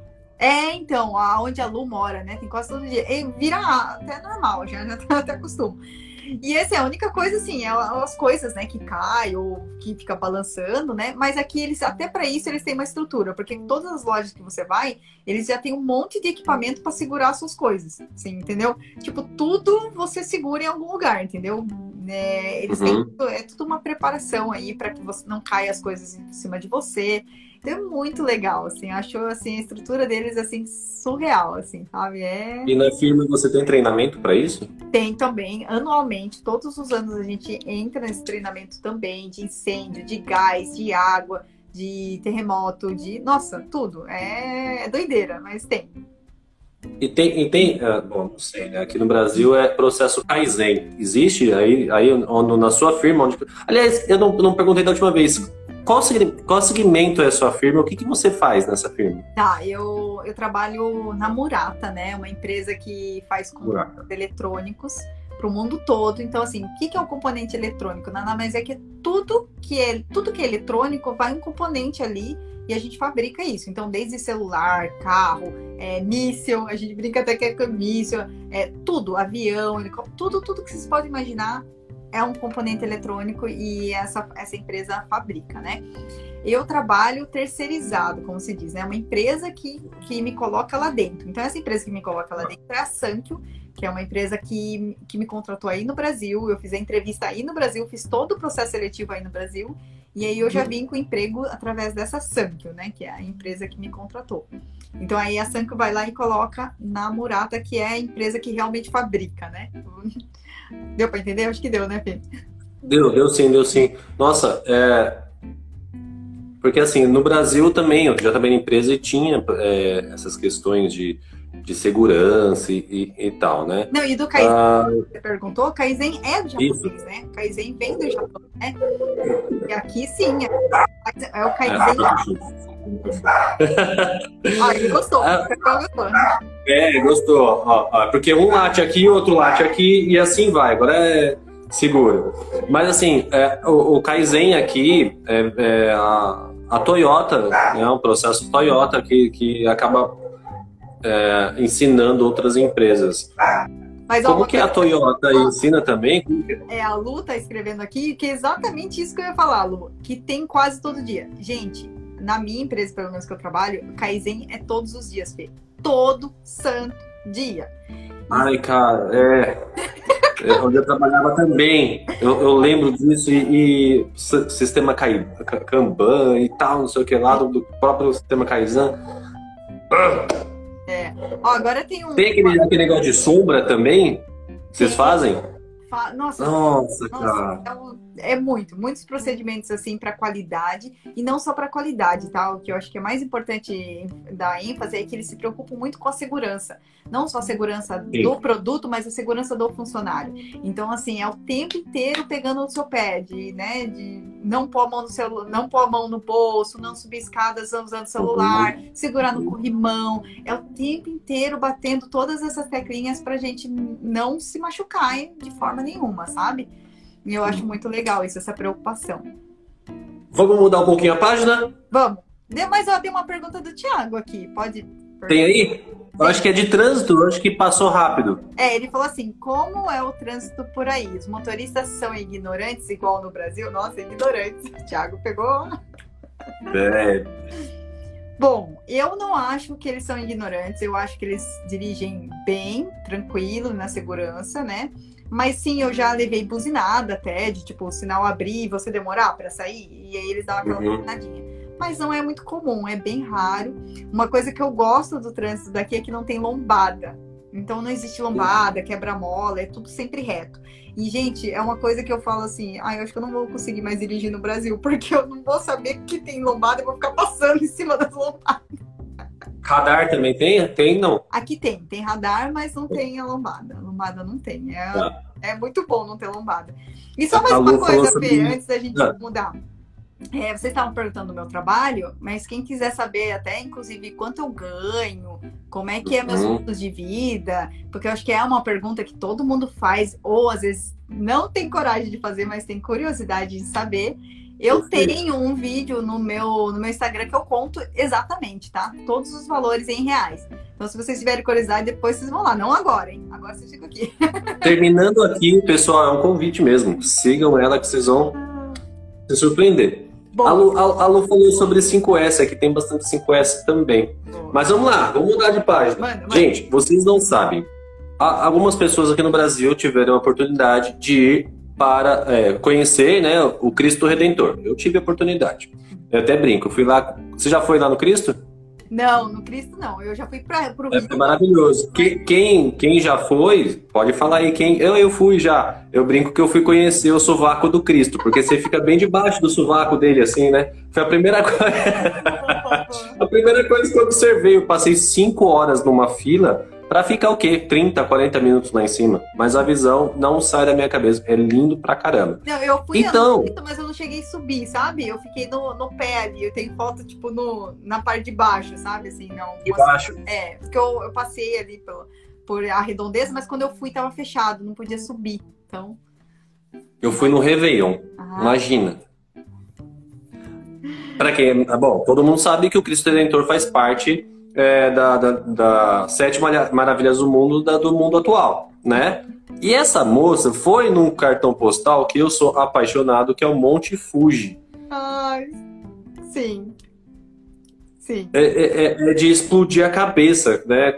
Então, aonde a Lu mora, né? Tem quase todo dia. E vira até normal, já tá até costume. E essa é a única coisa, assim, as coisas, né, que cai ou que fica balançando, né? Mas aqui eles, até para isso, eles têm uma estrutura, porque em todas as lojas que você vai, eles já têm um monte de equipamento para segurar as suas coisas, assim, entendeu? Tipo, tudo você segura em algum lugar, entendeu? Eles têm, é tudo uma preparação aí para que você não caia as coisas em cima de você. Então é muito legal, assim, acho assim, a estrutura deles assim surreal, assim, sabe? E na firma você tem treinamento para isso? Tem também, anualmente, todos os anos a gente entra nesse treinamento também de incêndio, de gás, de água, de terremoto, nossa, tudo. É doideira, mas tem. E tem bom, não sei, né? Aqui no Brasil é processo Kaizen. Existe aí na sua firma? Aliás, eu não perguntei da última vez. Qual segmento é a sua firma? O que você faz nessa firma? Tá, eu trabalho na Murata, né? Uma empresa que faz componentes eletrônicos para o mundo todo. Então, assim, o que é um componente eletrônico? Nada mais é que tudo que é eletrônico vai um componente ali e a gente fabrica isso. Então, desde celular, carro, míssil, a gente brinca até que é míssil, tudo, avião, helicóptero, tudo que vocês podem imaginar é um componente eletrônico e essa empresa fabrica, né? Eu trabalho terceirizado, como se diz, né? Uma empresa que me coloca lá dentro. Então, essa empresa que me coloca lá dentro é a Sankyo, que é uma empresa que me contratou aí no Brasil. Eu fiz a entrevista aí no Brasil, fiz todo o processo seletivo aí no Brasil. E aí eu já vim com emprego através dessa Sankyo, né? Que é a empresa que me contratou. Então, aí a Sankyo vai lá e coloca na Murata, que é a empresa que realmente fabrica, né? Deu para entender? Acho que deu, né, Fê? Deu sim. Nossa, porque assim, no Brasil também, eu já trabalhei em empresa e tinha essas questões de segurança e tal, né? Não, e do Kaizen, você perguntou, Kaizen é do japonês, né? Kaizen vem do Japão, né? E aqui sim, é o Kaizen. Ele gostou. Gostou. Ó, porque um late aqui, outro late aqui e assim vai. Agora é seguro. Mas assim, o Kaizen aqui a Toyota, né, um processo Toyota que acaba ensinando outras empresas. Mas, como que a Toyota ensina também? A Lu tá escrevendo aqui que é exatamente isso que eu ia falar, Lu, que tem quase todo dia. Gente, na minha empresa, pelo menos que eu trabalho, Kaizen é todos os dias, Fê. Todo santo dia. Ai, cara, onde eu trabalhava também, eu lembro disso e sistema Kanban e tal, não sei o que lá, do próprio sistema Kaizen. Agora tem aquele negócio de sombra também? Vocês fazem? Nossa, cara. Muitos procedimentos assim para qualidade e não só para qualidade, tá? O que eu acho que é mais importante dar ênfase é que eles se preocupam muito com a segurança, não só a segurança do produto, mas a segurança do funcionário. Então, assim, é o tempo inteiro pegando no seu pé, de não pôr a mão no celular, não pôr a mão no bolso, não subir escadas usando o celular, segurar no corrimão. É o tempo inteiro batendo todas essas teclinhas pra gente não se machucar de forma nenhuma, sabe? E eu acho muito legal isso, essa preocupação. Vamos mudar um pouquinho a página? Vamos. Mas tem uma pergunta do Thiago aqui. Pode? Tem aí? Eu acho que é de trânsito, eu acho que passou rápido. Ele falou assim, como é o trânsito por aí? Os motoristas são ignorantes, igual no Brasil? Nossa, ignorantes. O Thiago pegou... Bom, eu não acho que eles são ignorantes. Eu acho que eles dirigem bem, tranquilo, na segurança, né? Mas sim, eu já levei buzinada até, de tipo, o sinal abrir e você demorar para sair, e aí eles dão aquela buzinadinha. Mas não é muito comum, é bem raro. Uma coisa que eu gosto do trânsito daqui é que não tem lombada. Então não existe lombada, quebra-mola, é tudo sempre reto. E, gente, é uma coisa que eu falo assim, eu acho que eu não vou conseguir mais dirigir no Brasil, porque eu não vou saber que tem lombada e vou ficar passando em cima das lombadas. Radar também tem? Tem, não? Aqui tem radar, mas não tem a lombada. A lombada não tem. É muito bom não ter lombada. E só mais uma coisa, Fê, antes da gente mudar. Vocês estavam perguntando do meu trabalho, mas quem quiser saber até, inclusive, quanto eu ganho, como é que é meus custos de vida, porque eu acho que é uma pergunta que todo mundo faz, ou às vezes não tem coragem de fazer, mas tem curiosidade de saber. Eu tenho um vídeo no meu Instagram que eu conto exatamente, tá? Todos os valores em reais. Então, se vocês tiverem curiosidade, depois vocês vão lá. Não agora, hein? Agora vocês ficam aqui. Terminando aqui, pessoal, é um convite mesmo. Sigam ela que vocês vão se surpreender. Bom, A Lu falou sobre 5S, aqui tem bastante 5S também. Mas vamos lá, vamos mudar de página. Manda. Gente, vocês não sabem. Algumas pessoas aqui no Brasil tiveram a oportunidade de ir para conhecer, né, o Cristo Redentor. Eu tive a oportunidade. Eu até brinco, fui lá. Você já foi lá no Cristo? Não, no Cristo não. Eu já fui pro Rio. É maravilhoso. Quem já foi, pode falar aí. Eu fui já. Eu brinco que eu fui conhecer o sovaco do Cristo, porque você fica bem debaixo do sovaco dele, assim, né? Foi a primeira coisa. A primeira coisa que eu observei. Eu passei 5 horas numa fila pra ficar o quê? 30, 40 minutos lá em cima. Mas a visão não sai da minha cabeça. É lindo pra caramba. Não, eu fui então, mas eu não cheguei a subir, sabe? Eu fiquei no pé ali. Eu tenho foto, tipo, na parte de baixo, sabe? Assim, não. De baixo. Porque eu passei ali por a redondeza, mas quando eu fui, tava fechado. Não podia subir. Então. Eu fui no Réveillon. Imagina. Pra quem. Bom, todo mundo sabe que o Cristo Redentor faz parte da 7 maravilhas do mundo, do mundo atual, né? E essa moça foi num cartão postal que eu sou apaixonado, que é o Monte Fuji. Ai, sim. Sim. É de explodir a cabeça, né?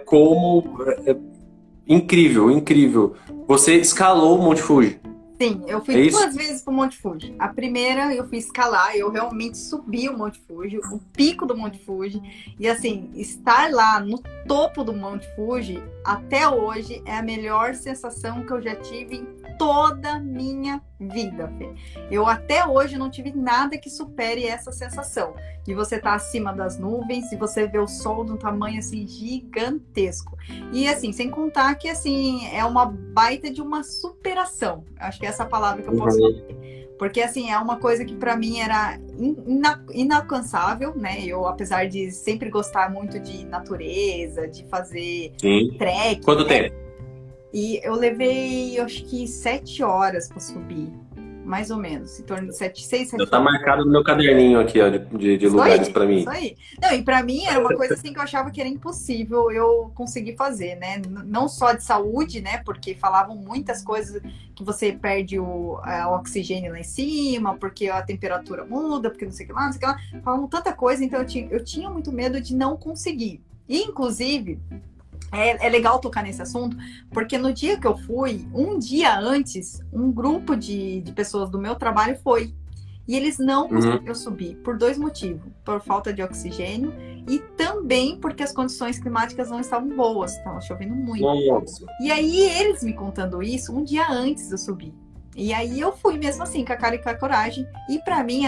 Incrível, incrível. Você escalou o Monte Fuji. Sim, eu fui 2 vezes pro Monte Fuji. A primeira eu fui escalar, eu realmente subi o Monte Fuji, o pico do Monte Fuji. E assim, estar lá no topo do Monte Fuji, até hoje, é a melhor sensação que eu já tive em toda a minha vida, Fê. Eu até hoje não tive nada que supere essa sensação. De você estar acima das nuvens e você ver o sol de um tamanho assim gigantesco. E assim, sem contar que assim, é uma baita de uma superação. Acho que é essa palavra que eu posso dizer. Porque assim, é uma coisa que pra mim era inalcançável, né? Eu, apesar de sempre gostar muito de natureza, de fazer trekking. Quanto tempo? E eu levei, acho que 7 horas para subir, mais ou menos, em torno de 6, 7 horas. Já tá marcado no meu caderninho aqui, ó, de lugares para mim. Isso aí. Não, e para mim era uma coisa assim que eu achava que era impossível eu conseguir fazer, né? Não só de saúde, né? Porque falavam muitas coisas que você perde o oxigênio lá em cima, porque a temperatura muda, porque não sei o que lá, não sei o que lá. Falavam tanta coisa, então eu tinha muito medo de não conseguir. E, inclusive... É legal tocar nesse assunto, porque no dia que eu fui, um dia antes, um grupo de pessoas do meu trabalho foi. E eles não conseguiram subir, por 2 motivos. Por falta de oxigênio e também porque as condições climáticas não estavam boas, estava chovendo muito. Nossa. E aí eles me contando isso um dia antes de eu subir. E aí eu fui mesmo assim, com a cara e com a coragem. E pra mim,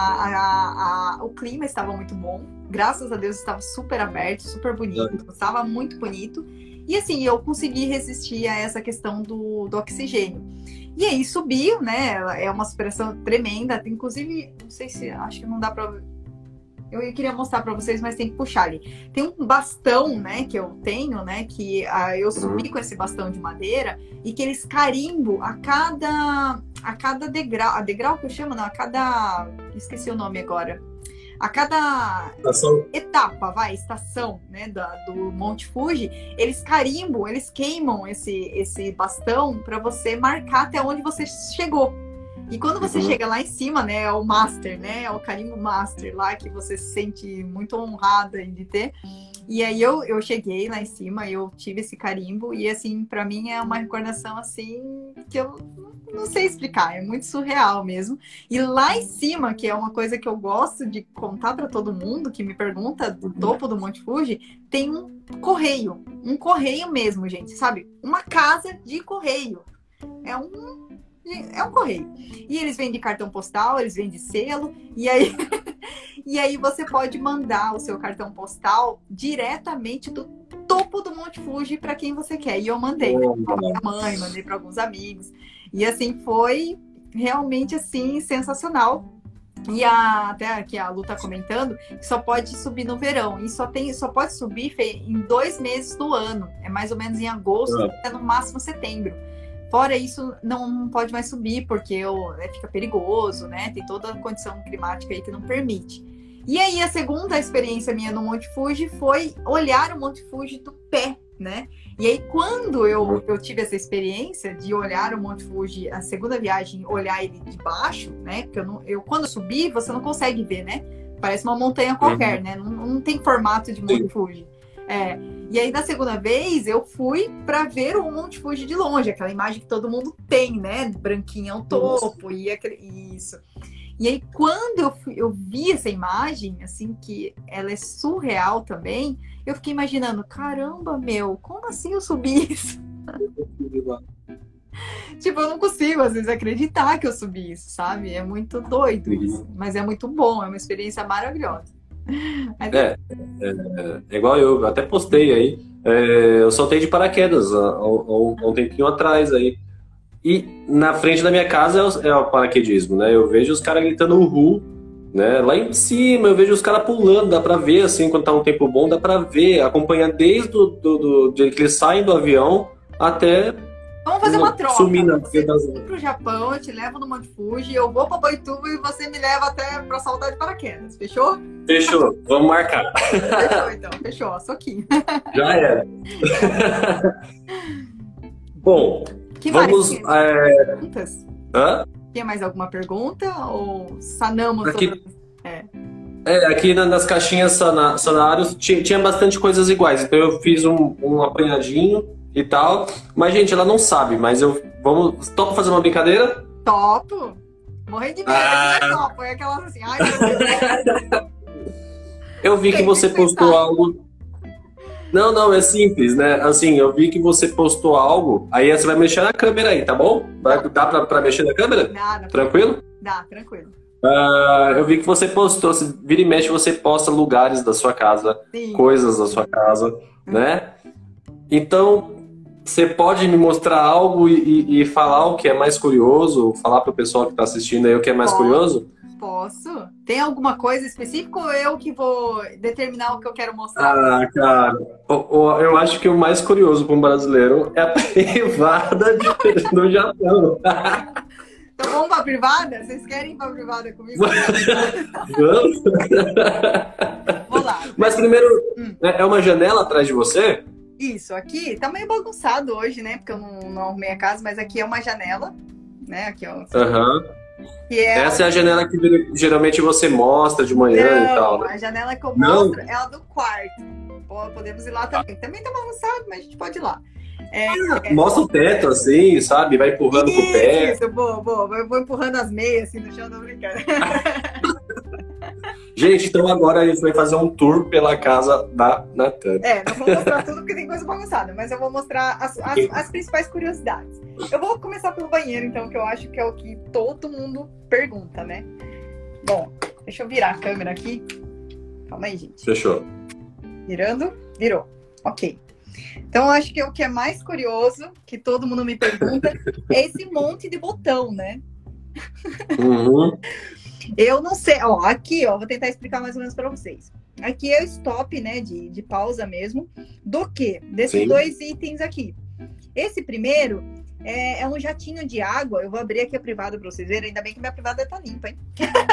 o clima estava muito bom. Graças a Deus estava super aberto, super bonito. Estava muito bonito. E assim, eu consegui resistir a essa questão do oxigênio. E aí subiu, né? É uma superação tremenda. Inclusive, não sei se... Acho que não dá pra... Eu queria mostrar para vocês, mas tem que puxar ali. Tem um bastão, né, que eu tenho, né, que eu subi com esse bastão de madeira e que eles carimbam a cada degrau, a degrau que eu chamo, não, a cada, esqueci o nome agora, a cada estação, né, do Monte Fuji, eles carimbam, eles queimam esse bastão para você marcar até onde você chegou. E quando você chega lá em cima, né, é o Master, né, é o carimbo Master lá, que você se sente muito honrada de ter. E aí eu cheguei lá em cima, eu tive esse carimbo, e assim, pra mim é uma recordação assim, que eu não sei explicar, é muito surreal mesmo. E lá em cima, que é uma coisa que eu gosto de contar pra todo mundo, que me pergunta do topo do Monte Fuji, tem um correio mesmo, gente, sabe? Uma casa de correio. É um correio. E eles vendem cartão postal, eles vendem selo, e aí você pode mandar o seu cartão postal diretamente do topo do Monte Fuji para quem você quer. E eu mandei para minha mãe, mandei para alguns amigos. E assim, foi realmente assim sensacional. E até aqui a Lu tá comentando que só pode subir no verão. E só pode subir, Fê, em 2 meses do ano. É mais ou menos em agosto, até no máximo setembro. Fora isso, não pode mais subir, porque fica perigoso, né? Tem toda a condição climática aí que não permite. E aí, a segunda experiência minha no Monte Fuji foi olhar o Monte Fuji do pé, né? E aí, quando eu tive essa experiência de olhar o Monte Fuji, a segunda viagem, olhar ele de baixo, né? Porque quando eu subi, você não consegue ver, né? Parece uma montanha qualquer, né? Não tem formato de Monte Fuji. E aí, na segunda vez, eu fui para ver o Monte Fuji de longe, aquela imagem que todo mundo tem, né? Branquinha ao topo, isso. E aí, quando eu vi essa imagem, assim, que ela é surreal também, eu fiquei imaginando, caramba, como assim eu subi isso? Tipo, eu não consigo, às vezes, acreditar que eu subi isso, sabe? É muito doido isso, mas é muito bom, é uma experiência maravilhosa. É igual eu até postei aí, eu soltei de paraquedas há um tempinho atrás aí. E na frente da minha casa é o paraquedismo, né? Eu vejo os caras gritando uhul, né? Lá em cima eu vejo os caras pulando, dá pra ver, assim, quando tá um tempo bom, dá pra ver, acompanhar desde de que eles saem do avião até... Vamos fazer uma troca. Sumir na você vem pro Japão, eu te levo no Monte Fuji, eu vou pra Boituva e você me leva até pra saltar de paraquedas, fechou? Fechou, vamos marcar. Fechou, então, fechou, soquinho. Já era. Bom... Que vamos. Perguntas? Hã? Tem mais alguma pergunta? Ou sanamos aqui, todas? Aqui nas caixinhas Sanários tinha bastante coisas iguais. Então eu fiz um apanhadinho e tal. Mas, gente, ela não sabe. Mas topa fazer uma brincadeira? Topo! Morrendo de medo, topo. É aquelas assim, ai, meu Deus. Eu vi que você postou algo. Não, é simples, né? Assim, eu vi que você postou algo, aí você vai mexer na câmera aí, tá bom? Dá pra mexer na câmera? Dá. Tranquilo? Dá, tranquilo. Eu vi que você postou, vira e mexe, você posta lugares da sua casa, sim, coisas da sua casa, né? Então, você pode me mostrar algo e falar o que é mais curioso, falar pro pessoal que tá assistindo aí o que é mais curioso? Posso? Tem alguma coisa específica ou eu que vou determinar o que eu quero mostrar? Ah, cara, eu acho que o mais curioso para um brasileiro é a privada do Japão. Então vamos para a privada? Vocês querem ir para a privada comigo? Vamos? Vou lá. Mas primeiro, é uma janela atrás de você? Isso, aqui tá meio bagunçado hoje, né? Porque eu não arrumei a casa, mas aqui é uma janela, né? Aqui, ó. Essa é a janela que geralmente você mostra de manhã e tal, né? A janela que eu mostro é a do quarto. Podemos ir lá também. Também tá bagunçado, mas a gente pode ir lá. Mostra o teto, assim, sabe? Vai empurrando com o pé. Isso, boa. Eu vou empurrando as meias, assim, no chão, não brincando. Gente, então agora a gente vai fazer um tour pela casa da Natane. Não vou mostrar tudo porque tem coisa bagunçada, mas eu vou mostrar as principais curiosidades. Eu vou começar pelo banheiro, então, que eu acho que é o que todo mundo pergunta, né? Bom, deixa eu virar a câmera aqui. Calma aí, gente. Fechou. Virando? Virou. Ok. Então, eu acho que o que é mais curioso, que todo mundo me pergunta, é esse monte de botão, né? Uhum. Eu não sei, aqui, vou tentar explicar mais ou menos para vocês. Aqui é o stop, né, de pausa mesmo, do quê? Desses dois itens aqui. Esse primeiro é um jatinho de água, eu vou abrir aqui a privada para vocês verem, ainda bem que minha privada tá limpa, hein?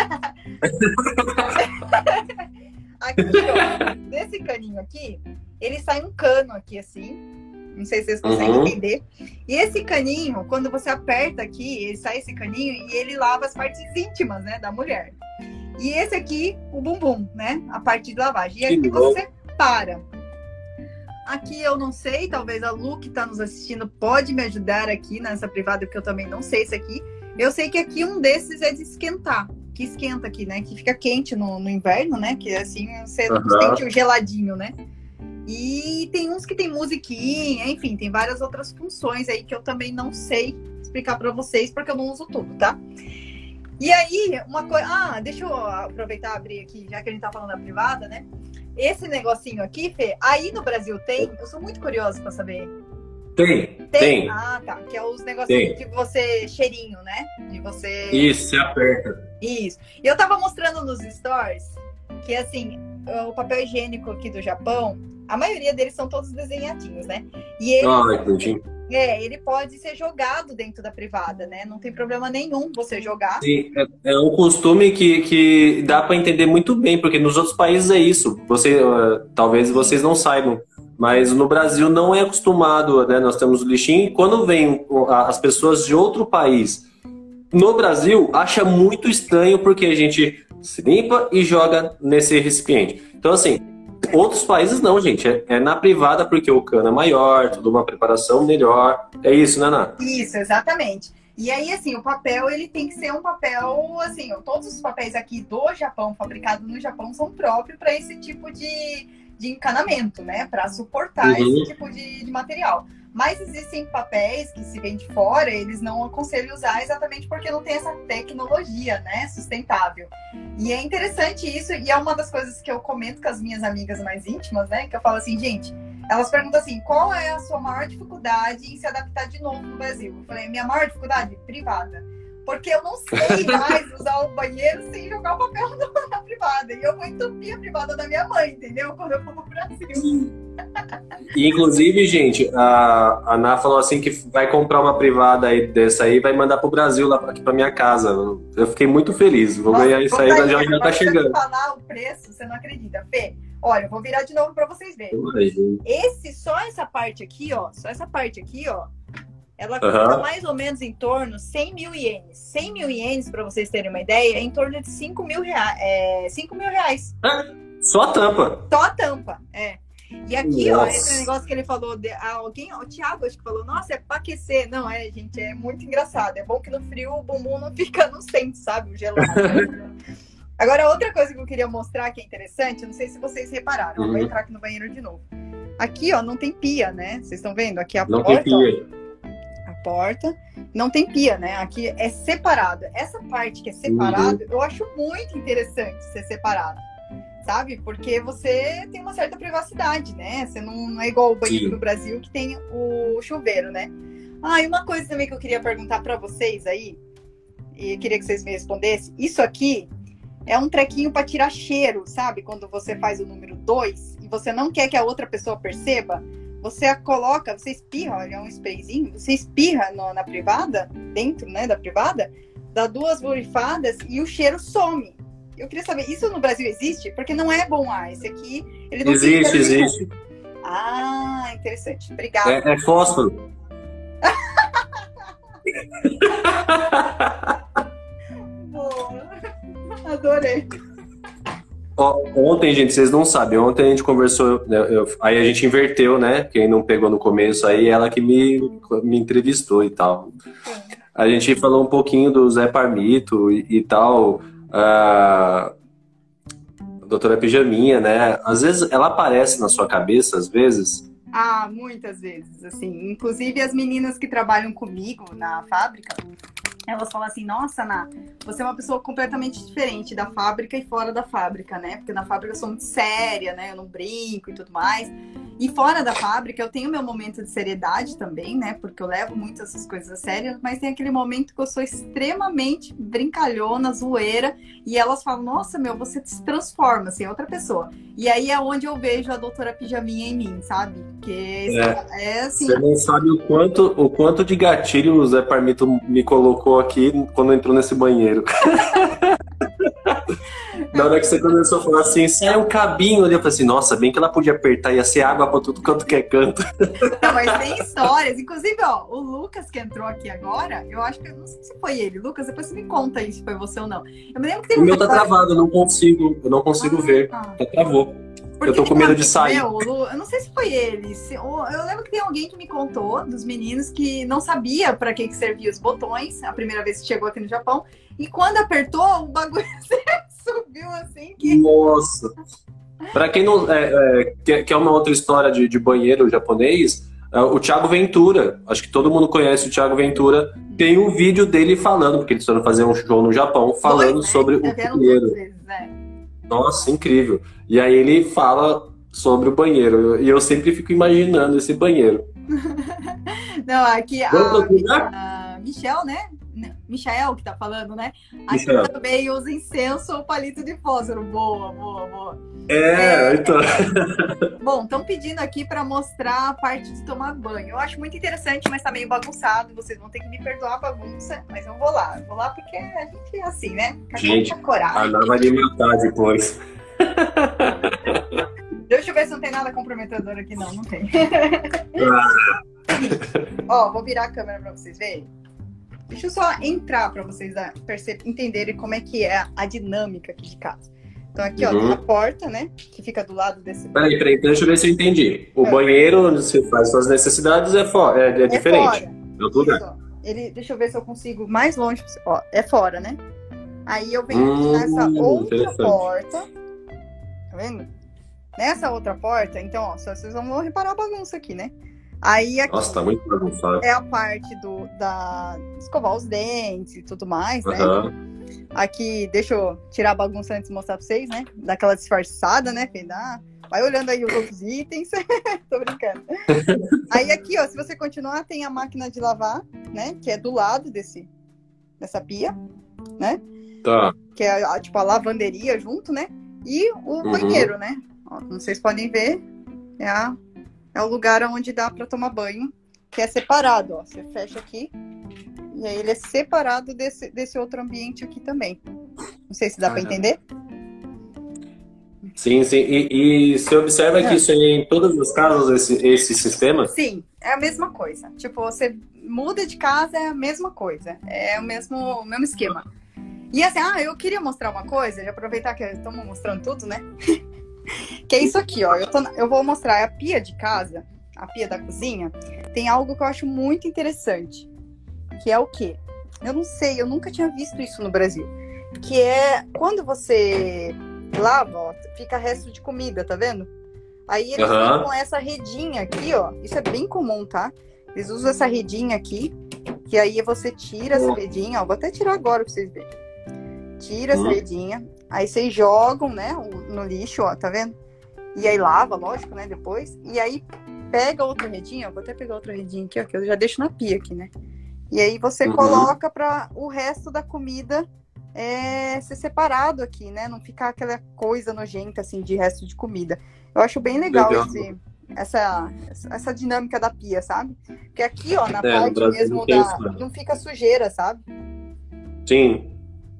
Aqui, desse caninho aqui, ele sai um cano aqui, assim, não sei se vocês conseguem entender. E esse caninho, quando você aperta aqui, ele sai esse caninho e ele lava as partes íntimas, né, da mulher. E esse aqui, o bumbum, né, a parte de lavagem. E aqui você para. Aqui eu não sei, talvez a Lu que tá nos assistindo pode me ajudar aqui nessa privada, porque eu também não sei esse aqui. Eu sei que aqui um desses é de esquentar, que esquenta aqui, né, que fica quente no inverno, né, que assim você sente o geladinho, né. E tem uns que tem musiquinha, enfim, tem várias outras funções aí que eu também não sei explicar pra vocês, porque eu não uso tudo, tá? E aí, uma coisa... deixa eu aproveitar e abrir aqui, já que a gente tá falando da privada, né? Esse negocinho aqui, Fê, aí no Brasil tem? Eu sou muito curiosa pra saber. Tem. Ah, tá. Que é os negocinhos de você... Cheirinho, né? De você... Isso, você aperta. Isso. E eu tava mostrando nos stories que, assim, o papel higiênico aqui do Japão... A maioria deles são todos desenhadinhos, né? E eles, Ele pode ser jogado dentro da privada, né? Não tem problema nenhum você jogar. Sim, é um costume que dá para entender muito bem, porque nos outros países é isso. Talvez vocês não saibam, mas no Brasil não é acostumado, né? Nós temos o lixinho e quando vem as pessoas de outro país no Brasil, acha muito estranho porque a gente se limpa e joga nesse recipiente. Então, assim, outros países não, gente. É na privada porque o cano é maior, tudo uma preparação melhor. É isso, né, Ná? Isso, exatamente. E aí, assim, o papel, ele tem que ser um papel, assim, todos os papéis aqui do Japão, fabricados no Japão, são próprios para esse tipo de encanamento, né? Para suportar esse tipo de material. Mas existem papéis que se vêm de fora, eles não aconselham usar exatamente porque não tem essa tecnologia, né, sustentável. E é interessante isso, e é uma das coisas que eu comento com as minhas amigas mais íntimas, né, que eu falo assim, gente, elas perguntam assim, qual é a sua maior dificuldade em se adaptar de novo no Brasil? Eu falei, minha maior dificuldade? Privada. Porque eu não sei mais usar o banheiro sem jogar o papel na privada. E eu vou entupir a privada da minha mãe, entendeu? Quando eu for pro Brasil. Inclusive, gente, a Ana falou assim que vai comprar uma privada aí dessa aí e vai mandar pro Brasil, lá aqui pra minha casa. Eu fiquei muito feliz. Vou ganhar isso aí, já tá chegando. Se eu falar o preço, você não acredita. Fê, olha, eu vou virar de novo pra vocês verem. Só essa parte aqui, ó, ela custa mais ou menos em torno de 100 mil ienes. 100 mil ienes, para vocês terem uma ideia, é em torno de 5 mil reais. 5 mil reais. Só a tampa? Só a tampa, é. E aqui, ó, esse negócio que ele falou, o Thiago acho que falou, nossa, é pra aquecer. Não, gente, é muito engraçado. É bom que no frio o bumbum não fica no centro, sabe? O gelado. Agora, outra coisa que eu queria mostrar que é interessante, não sei se vocês repararam, eu vou entrar aqui no banheiro de novo. Aqui, ó, não tem pia, né? Vocês estão vendo? Aqui a não porta, tem pia. Porta, não tem pia, né? Aqui é separado. Essa parte que é separado, eu acho muito interessante ser separado, sabe? Porque você tem uma certa privacidade, né? Você não é igual o banheiro do Brasil que tem o chuveiro, né? E uma coisa também que eu queria perguntar para vocês aí, e eu queria que vocês me respondessem, isso aqui é um trequinho para tirar cheiro, sabe? Quando você faz o número 2 e você não quer que a outra pessoa perceba, você coloca, você espirra, olha, é um sprayzinho, você espirra na privada, dentro, né, da privada, dá 2 borrifadas e o cheiro some. Eu queria saber, isso no Brasil existe? Porque não é bom ar, esse aqui, ele não existe. Interessante, obrigada. É fósforo. Boa, adorei. Ontem, gente, vocês não sabem, ontem a gente conversou, aí a gente inverteu, né? Quem não pegou no começo aí, ela que me entrevistou e tal. A gente falou um pouquinho do Zé Parmito e tal, a doutora Pijaminha, né? Às vezes ela aparece na sua cabeça, às vezes. Muitas vezes, assim. Inclusive as meninas que trabalham comigo na fábrica, elas falam assim, nossa, Ná, você é uma pessoa completamente diferente da fábrica e fora da fábrica, né? Porque na fábrica eu sou muito séria, né? Eu não brinco e tudo mais. E fora da fábrica eu tenho meu momento de seriedade também, né? Porque eu levo muito essas coisas a sério, mas tem aquele momento que eu sou extremamente brincalhona, zoeira, e elas falam, nossa, você se transforma, assim, é outra pessoa. E aí é onde eu vejo a doutora Pijaminha em mim, sabe? Porque assim... Você não sabe o quanto de gatilho o Zé Parmito me colocou aqui quando entrou nesse banheiro. Na hora que você começou a falar assim, sai um cabinho ali, eu falei assim, nossa, bem que ela podia apertar, ia ser água pra tudo quanto que é canto. Não, mas tem histórias, inclusive, ó, o Lucas que entrou aqui agora, eu acho que, eu não sei se foi ele, Lucas, depois você me conta aí se foi você ou não. Eu me lembro que tem o meu tá travado, eu não consigo ver, travou. Porque eu tô com medo de sair. Eu não sei se foi ele. Eu lembro que tem alguém que me contou, dos meninos, que não sabia para que servia os botões, a primeira vez que chegou aqui no Japão. E quando apertou, o bagulho subiu assim. Nossa! Para quem não quer uma outra história de banheiro japonês, o Thiago Ventura, acho que todo mundo conhece o Thiago Ventura, tem um vídeo dele falando, porque eles foram fazer um show no Japão, falando sobre o banheiro. Nossa, incrível. E aí ele fala sobre o banheiro. E eu sempre fico imaginando esse banheiro. Não, aqui a Michelle, né? Michael que tá falando, né? Aqui Michel. também usa incenso ou palito de fósforo. Boa, boa, boa. Então. Bom, estão pedindo aqui para mostrar a parte de tomar banho. Eu acho muito interessante, mas tá meio bagunçado. Vocês vão ter que me perdoar a bagunça, mas eu vou lá. Eu vou lá porque a gente é assim, né? Gente, coragem. a Ana vai me matar depois. Deixa eu ver se não tem nada comprometedor aqui. Não, não tem. Ó, vou virar a câmera para vocês verem. Deixa eu só entrar para vocês entenderem como é que é a dinâmica aqui de casa. Então aqui, ó, tem a porta, né? Que fica do lado desse... Peraí, então deixa eu ver se eu entendi. O banheiro, onde você faz suas necessidades, é diferente. Fora. É outro lugar. Isso, deixa eu ver se eu consigo mais longe. Ó, é fora, né? Aí eu venho aqui nessa outra porta. Tá vendo? Nessa outra porta, então, ó, só vocês vão reparar a bagunça aqui, né? Aí aqui... Nossa, tá muito bagunçado. É a parte da escovar os dentes e tudo mais, né? Aqui, deixa eu tirar a bagunça antes de mostrar pra vocês, né? Dá aquela disfarçada, né? Vai olhando aí os outros itens. Tô brincando. Aí aqui, ó, se você continuar, tem a máquina de lavar, né? Que é do lado dessa pia, né? Tá. Que é tipo a lavanderia junto, né? E o banheiro, né? Ó, como vocês podem ver, é o lugar onde dá pra tomar banho, que é separado, ó. Você fecha aqui. E aí ele é separado desse outro ambiente aqui também. Não sei se dá para entender. Sim, sim. E você observa que isso aí em todas as casas, esse sistema? Sim, é a mesma coisa. Tipo, você muda de casa, é a mesma coisa. É o mesmo esquema. E assim, eu queria mostrar uma coisa, já aproveitar que estamos mostrando tudo, né? Que é isso aqui, ó. Eu vou mostrar a pia de casa, a pia da cozinha. Tem algo que eu acho muito interessante. Que é o quê? Eu não sei, eu nunca tinha visto isso no Brasil. Que é quando você lava, ó, fica resto de comida, tá vendo? Aí eles usam essa redinha aqui, ó. Isso é bem comum, tá? Eles usam essa redinha aqui, que aí você tira essa redinha, ó. Vou até tirar agora pra vocês verem. Tira essa redinha, aí vocês jogam, né, no lixo, ó, tá vendo? E aí lava, lógico, né, depois. E aí pega outra redinha, ó. Vou até pegar outra redinha aqui, ó, que eu já deixo na pia aqui, né? E aí você coloca para o resto da comida ser separado aqui, né? Não ficar aquela coisa nojenta, assim, de resto de comida. Eu acho bem legal essa dinâmica da pia, sabe? Porque aqui, ó, na parte mesmo não fica sujeira, sabe? Sim.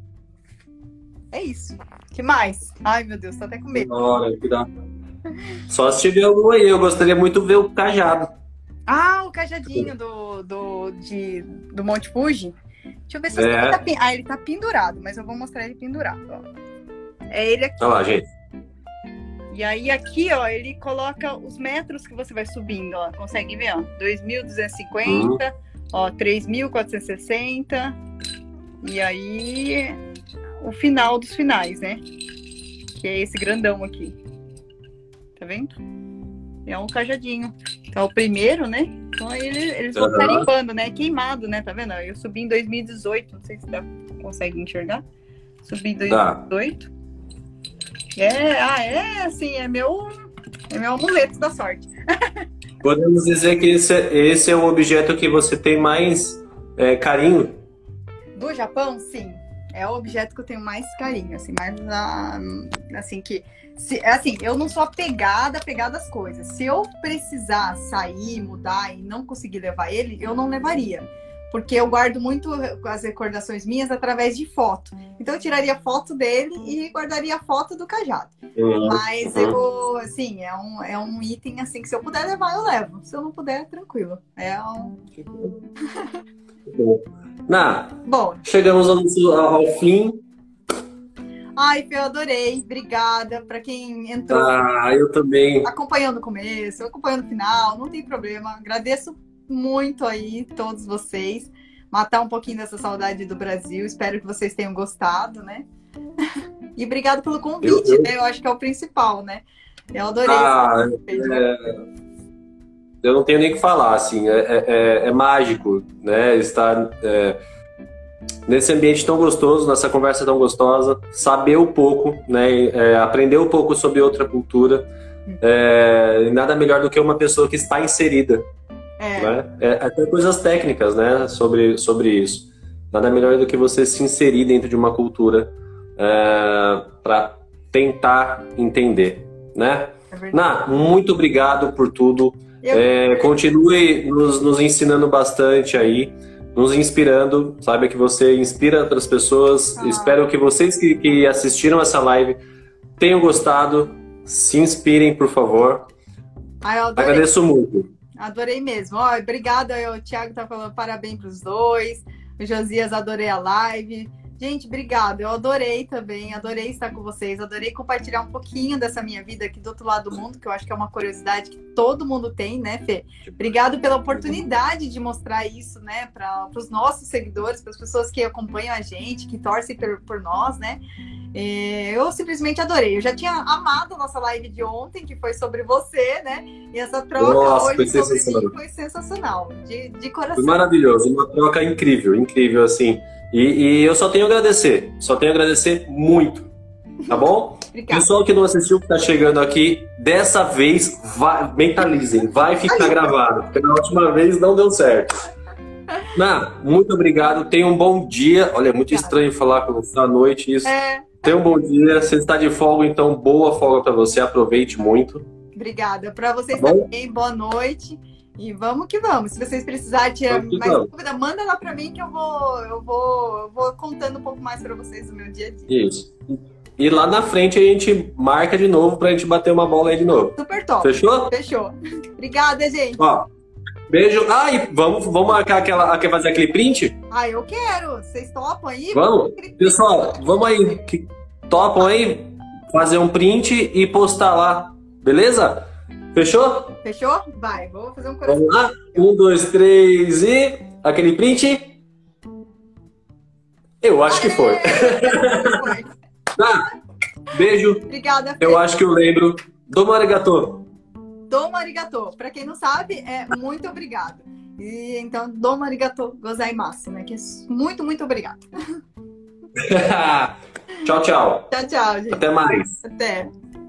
É isso. Que mais? Ai, meu Deus, tô até com medo. Só se tiver algum aí, eu gostaria muito de ver o cajado. O cajadinho do Monte Fuji. Deixa eu ver se ele tá pendurado, mas eu vou mostrar ele pendurado, ó. É ele aqui. Olha lá, gente. E aí aqui, ó, ele coloca os metros que você vai subindo, ó. Consegue ver, ó? 2.250, ó, 3.460. E aí o final dos finais, né? Que é esse grandão aqui. Tá vendo? É um cajadinho. Então, o primeiro, né? Então, eles vão carimbando, né? Queimado, né? Tá vendo? Eu subi em 2018. Não sei se consegue enxergar. Subi em 2018. Assim, é meu amuleto da sorte. Podemos dizer que esse é o objeto que você tem mais carinho? Do Japão, sim. É o objeto que eu tenho mais carinho, assim, mais assim que... assim, eu não sou apegada às coisas. Se eu precisar sair, mudar e não conseguir levar ele, eu não levaria. Porque eu guardo muito as recordações minhas através de foto. Então eu tiraria foto dele e guardaria a foto do cajado. Mas eu, assim, é um item assim que se eu puder levar, eu levo. Se eu não puder, tranquilo. Bom, chegamos ao fim. Ai, Fê, eu adorei. Obrigada para quem entrou. Eu também. Acompanhando o começo, acompanhando o final, não tem problema. Agradeço muito aí todos vocês. Matar um pouquinho dessa saudade do Brasil. Espero que vocês tenham gostado, né? E obrigado pelo convite, né? Eu acho que é o principal, né? Eu adorei. Eu não tenho nem o que falar, assim. É mágico, né? Estar nesse ambiente tão gostoso, nessa conversa tão gostosa, saber um pouco, né? Aprender um pouco sobre outra cultura. Nada melhor do que uma pessoa que está inserida. Né? Até coisas técnicas, né? sobre isso. nada melhor do que você se inserir dentro de uma cultura para tentar entender, né? Ná, muito obrigado por tudo. Continue nos ensinando bastante aí, nos inspirando. Saiba que você inspira outras pessoas. Espero que vocês que assistiram essa live tenham gostado. Se inspirem, por favor. Agradeço muito. Adorei mesmo. Obrigada. O Thiago tá falando parabéns para os dois. O Josias, adorei a live. Gente, obrigada. Eu adorei também. Adorei estar com vocês. Adorei compartilhar um pouquinho dessa minha vida aqui do outro lado do mundo, que eu acho que é uma curiosidade que todo mundo tem, né, Fê? Obrigado pela oportunidade de mostrar isso, né, para os nossos seguidores, para as pessoas que acompanham a gente, que torcem por nós, né? Eu simplesmente adorei. Eu já tinha amado a nossa live de ontem, que foi sobre você, né? E essa troca hoje sobre mim foi sensacional, de coração. Foi maravilhoso, uma troca incrível, incrível, assim. E eu só tenho a agradecer muito, tá bom? Pessoal que não assistiu, que tá chegando aqui, dessa vez, mentalizem, vai ficar gravado, porque na última vez não deu certo. Muito obrigado, tenha um bom dia. Olha, é muito estranho falar com você à noite isso. Tenha um bom dia, você está de folga, então boa folga para você, aproveite muito. Obrigada, para vocês também, boa noite. E vamos que vamos. Se vocês precisarem tirar mais dúvida, manda lá para mim que eu vou contando um pouco mais para vocês do meu dia a dia. Isso. E lá na frente a gente marca de novo pra gente bater uma bola aí de novo. Super top. Fechou? Fechou. Obrigada, gente. Beijo. E vamos marcar fazer aquele print? Eu quero. Vocês topam aí? Vamos. Pessoal, vamos aí. Topam aí? Fazer um print e postar lá. Beleza? Fechou? Fechou? Vai, vou fazer um coração. Vamos lá? 1, 2, 3 e... Aquele print? Eu acho que foi. Beijo. Obrigada, Fê. Eu acho que eu lembro. Domo arigato. Domo arigato. Pra quem não sabe, é muito obrigado. E então, domo arigato gozaimasu, né? Que é muito, muito obrigado. Tchau, tchau. Tchau, tchau, gente. Até mais. Até.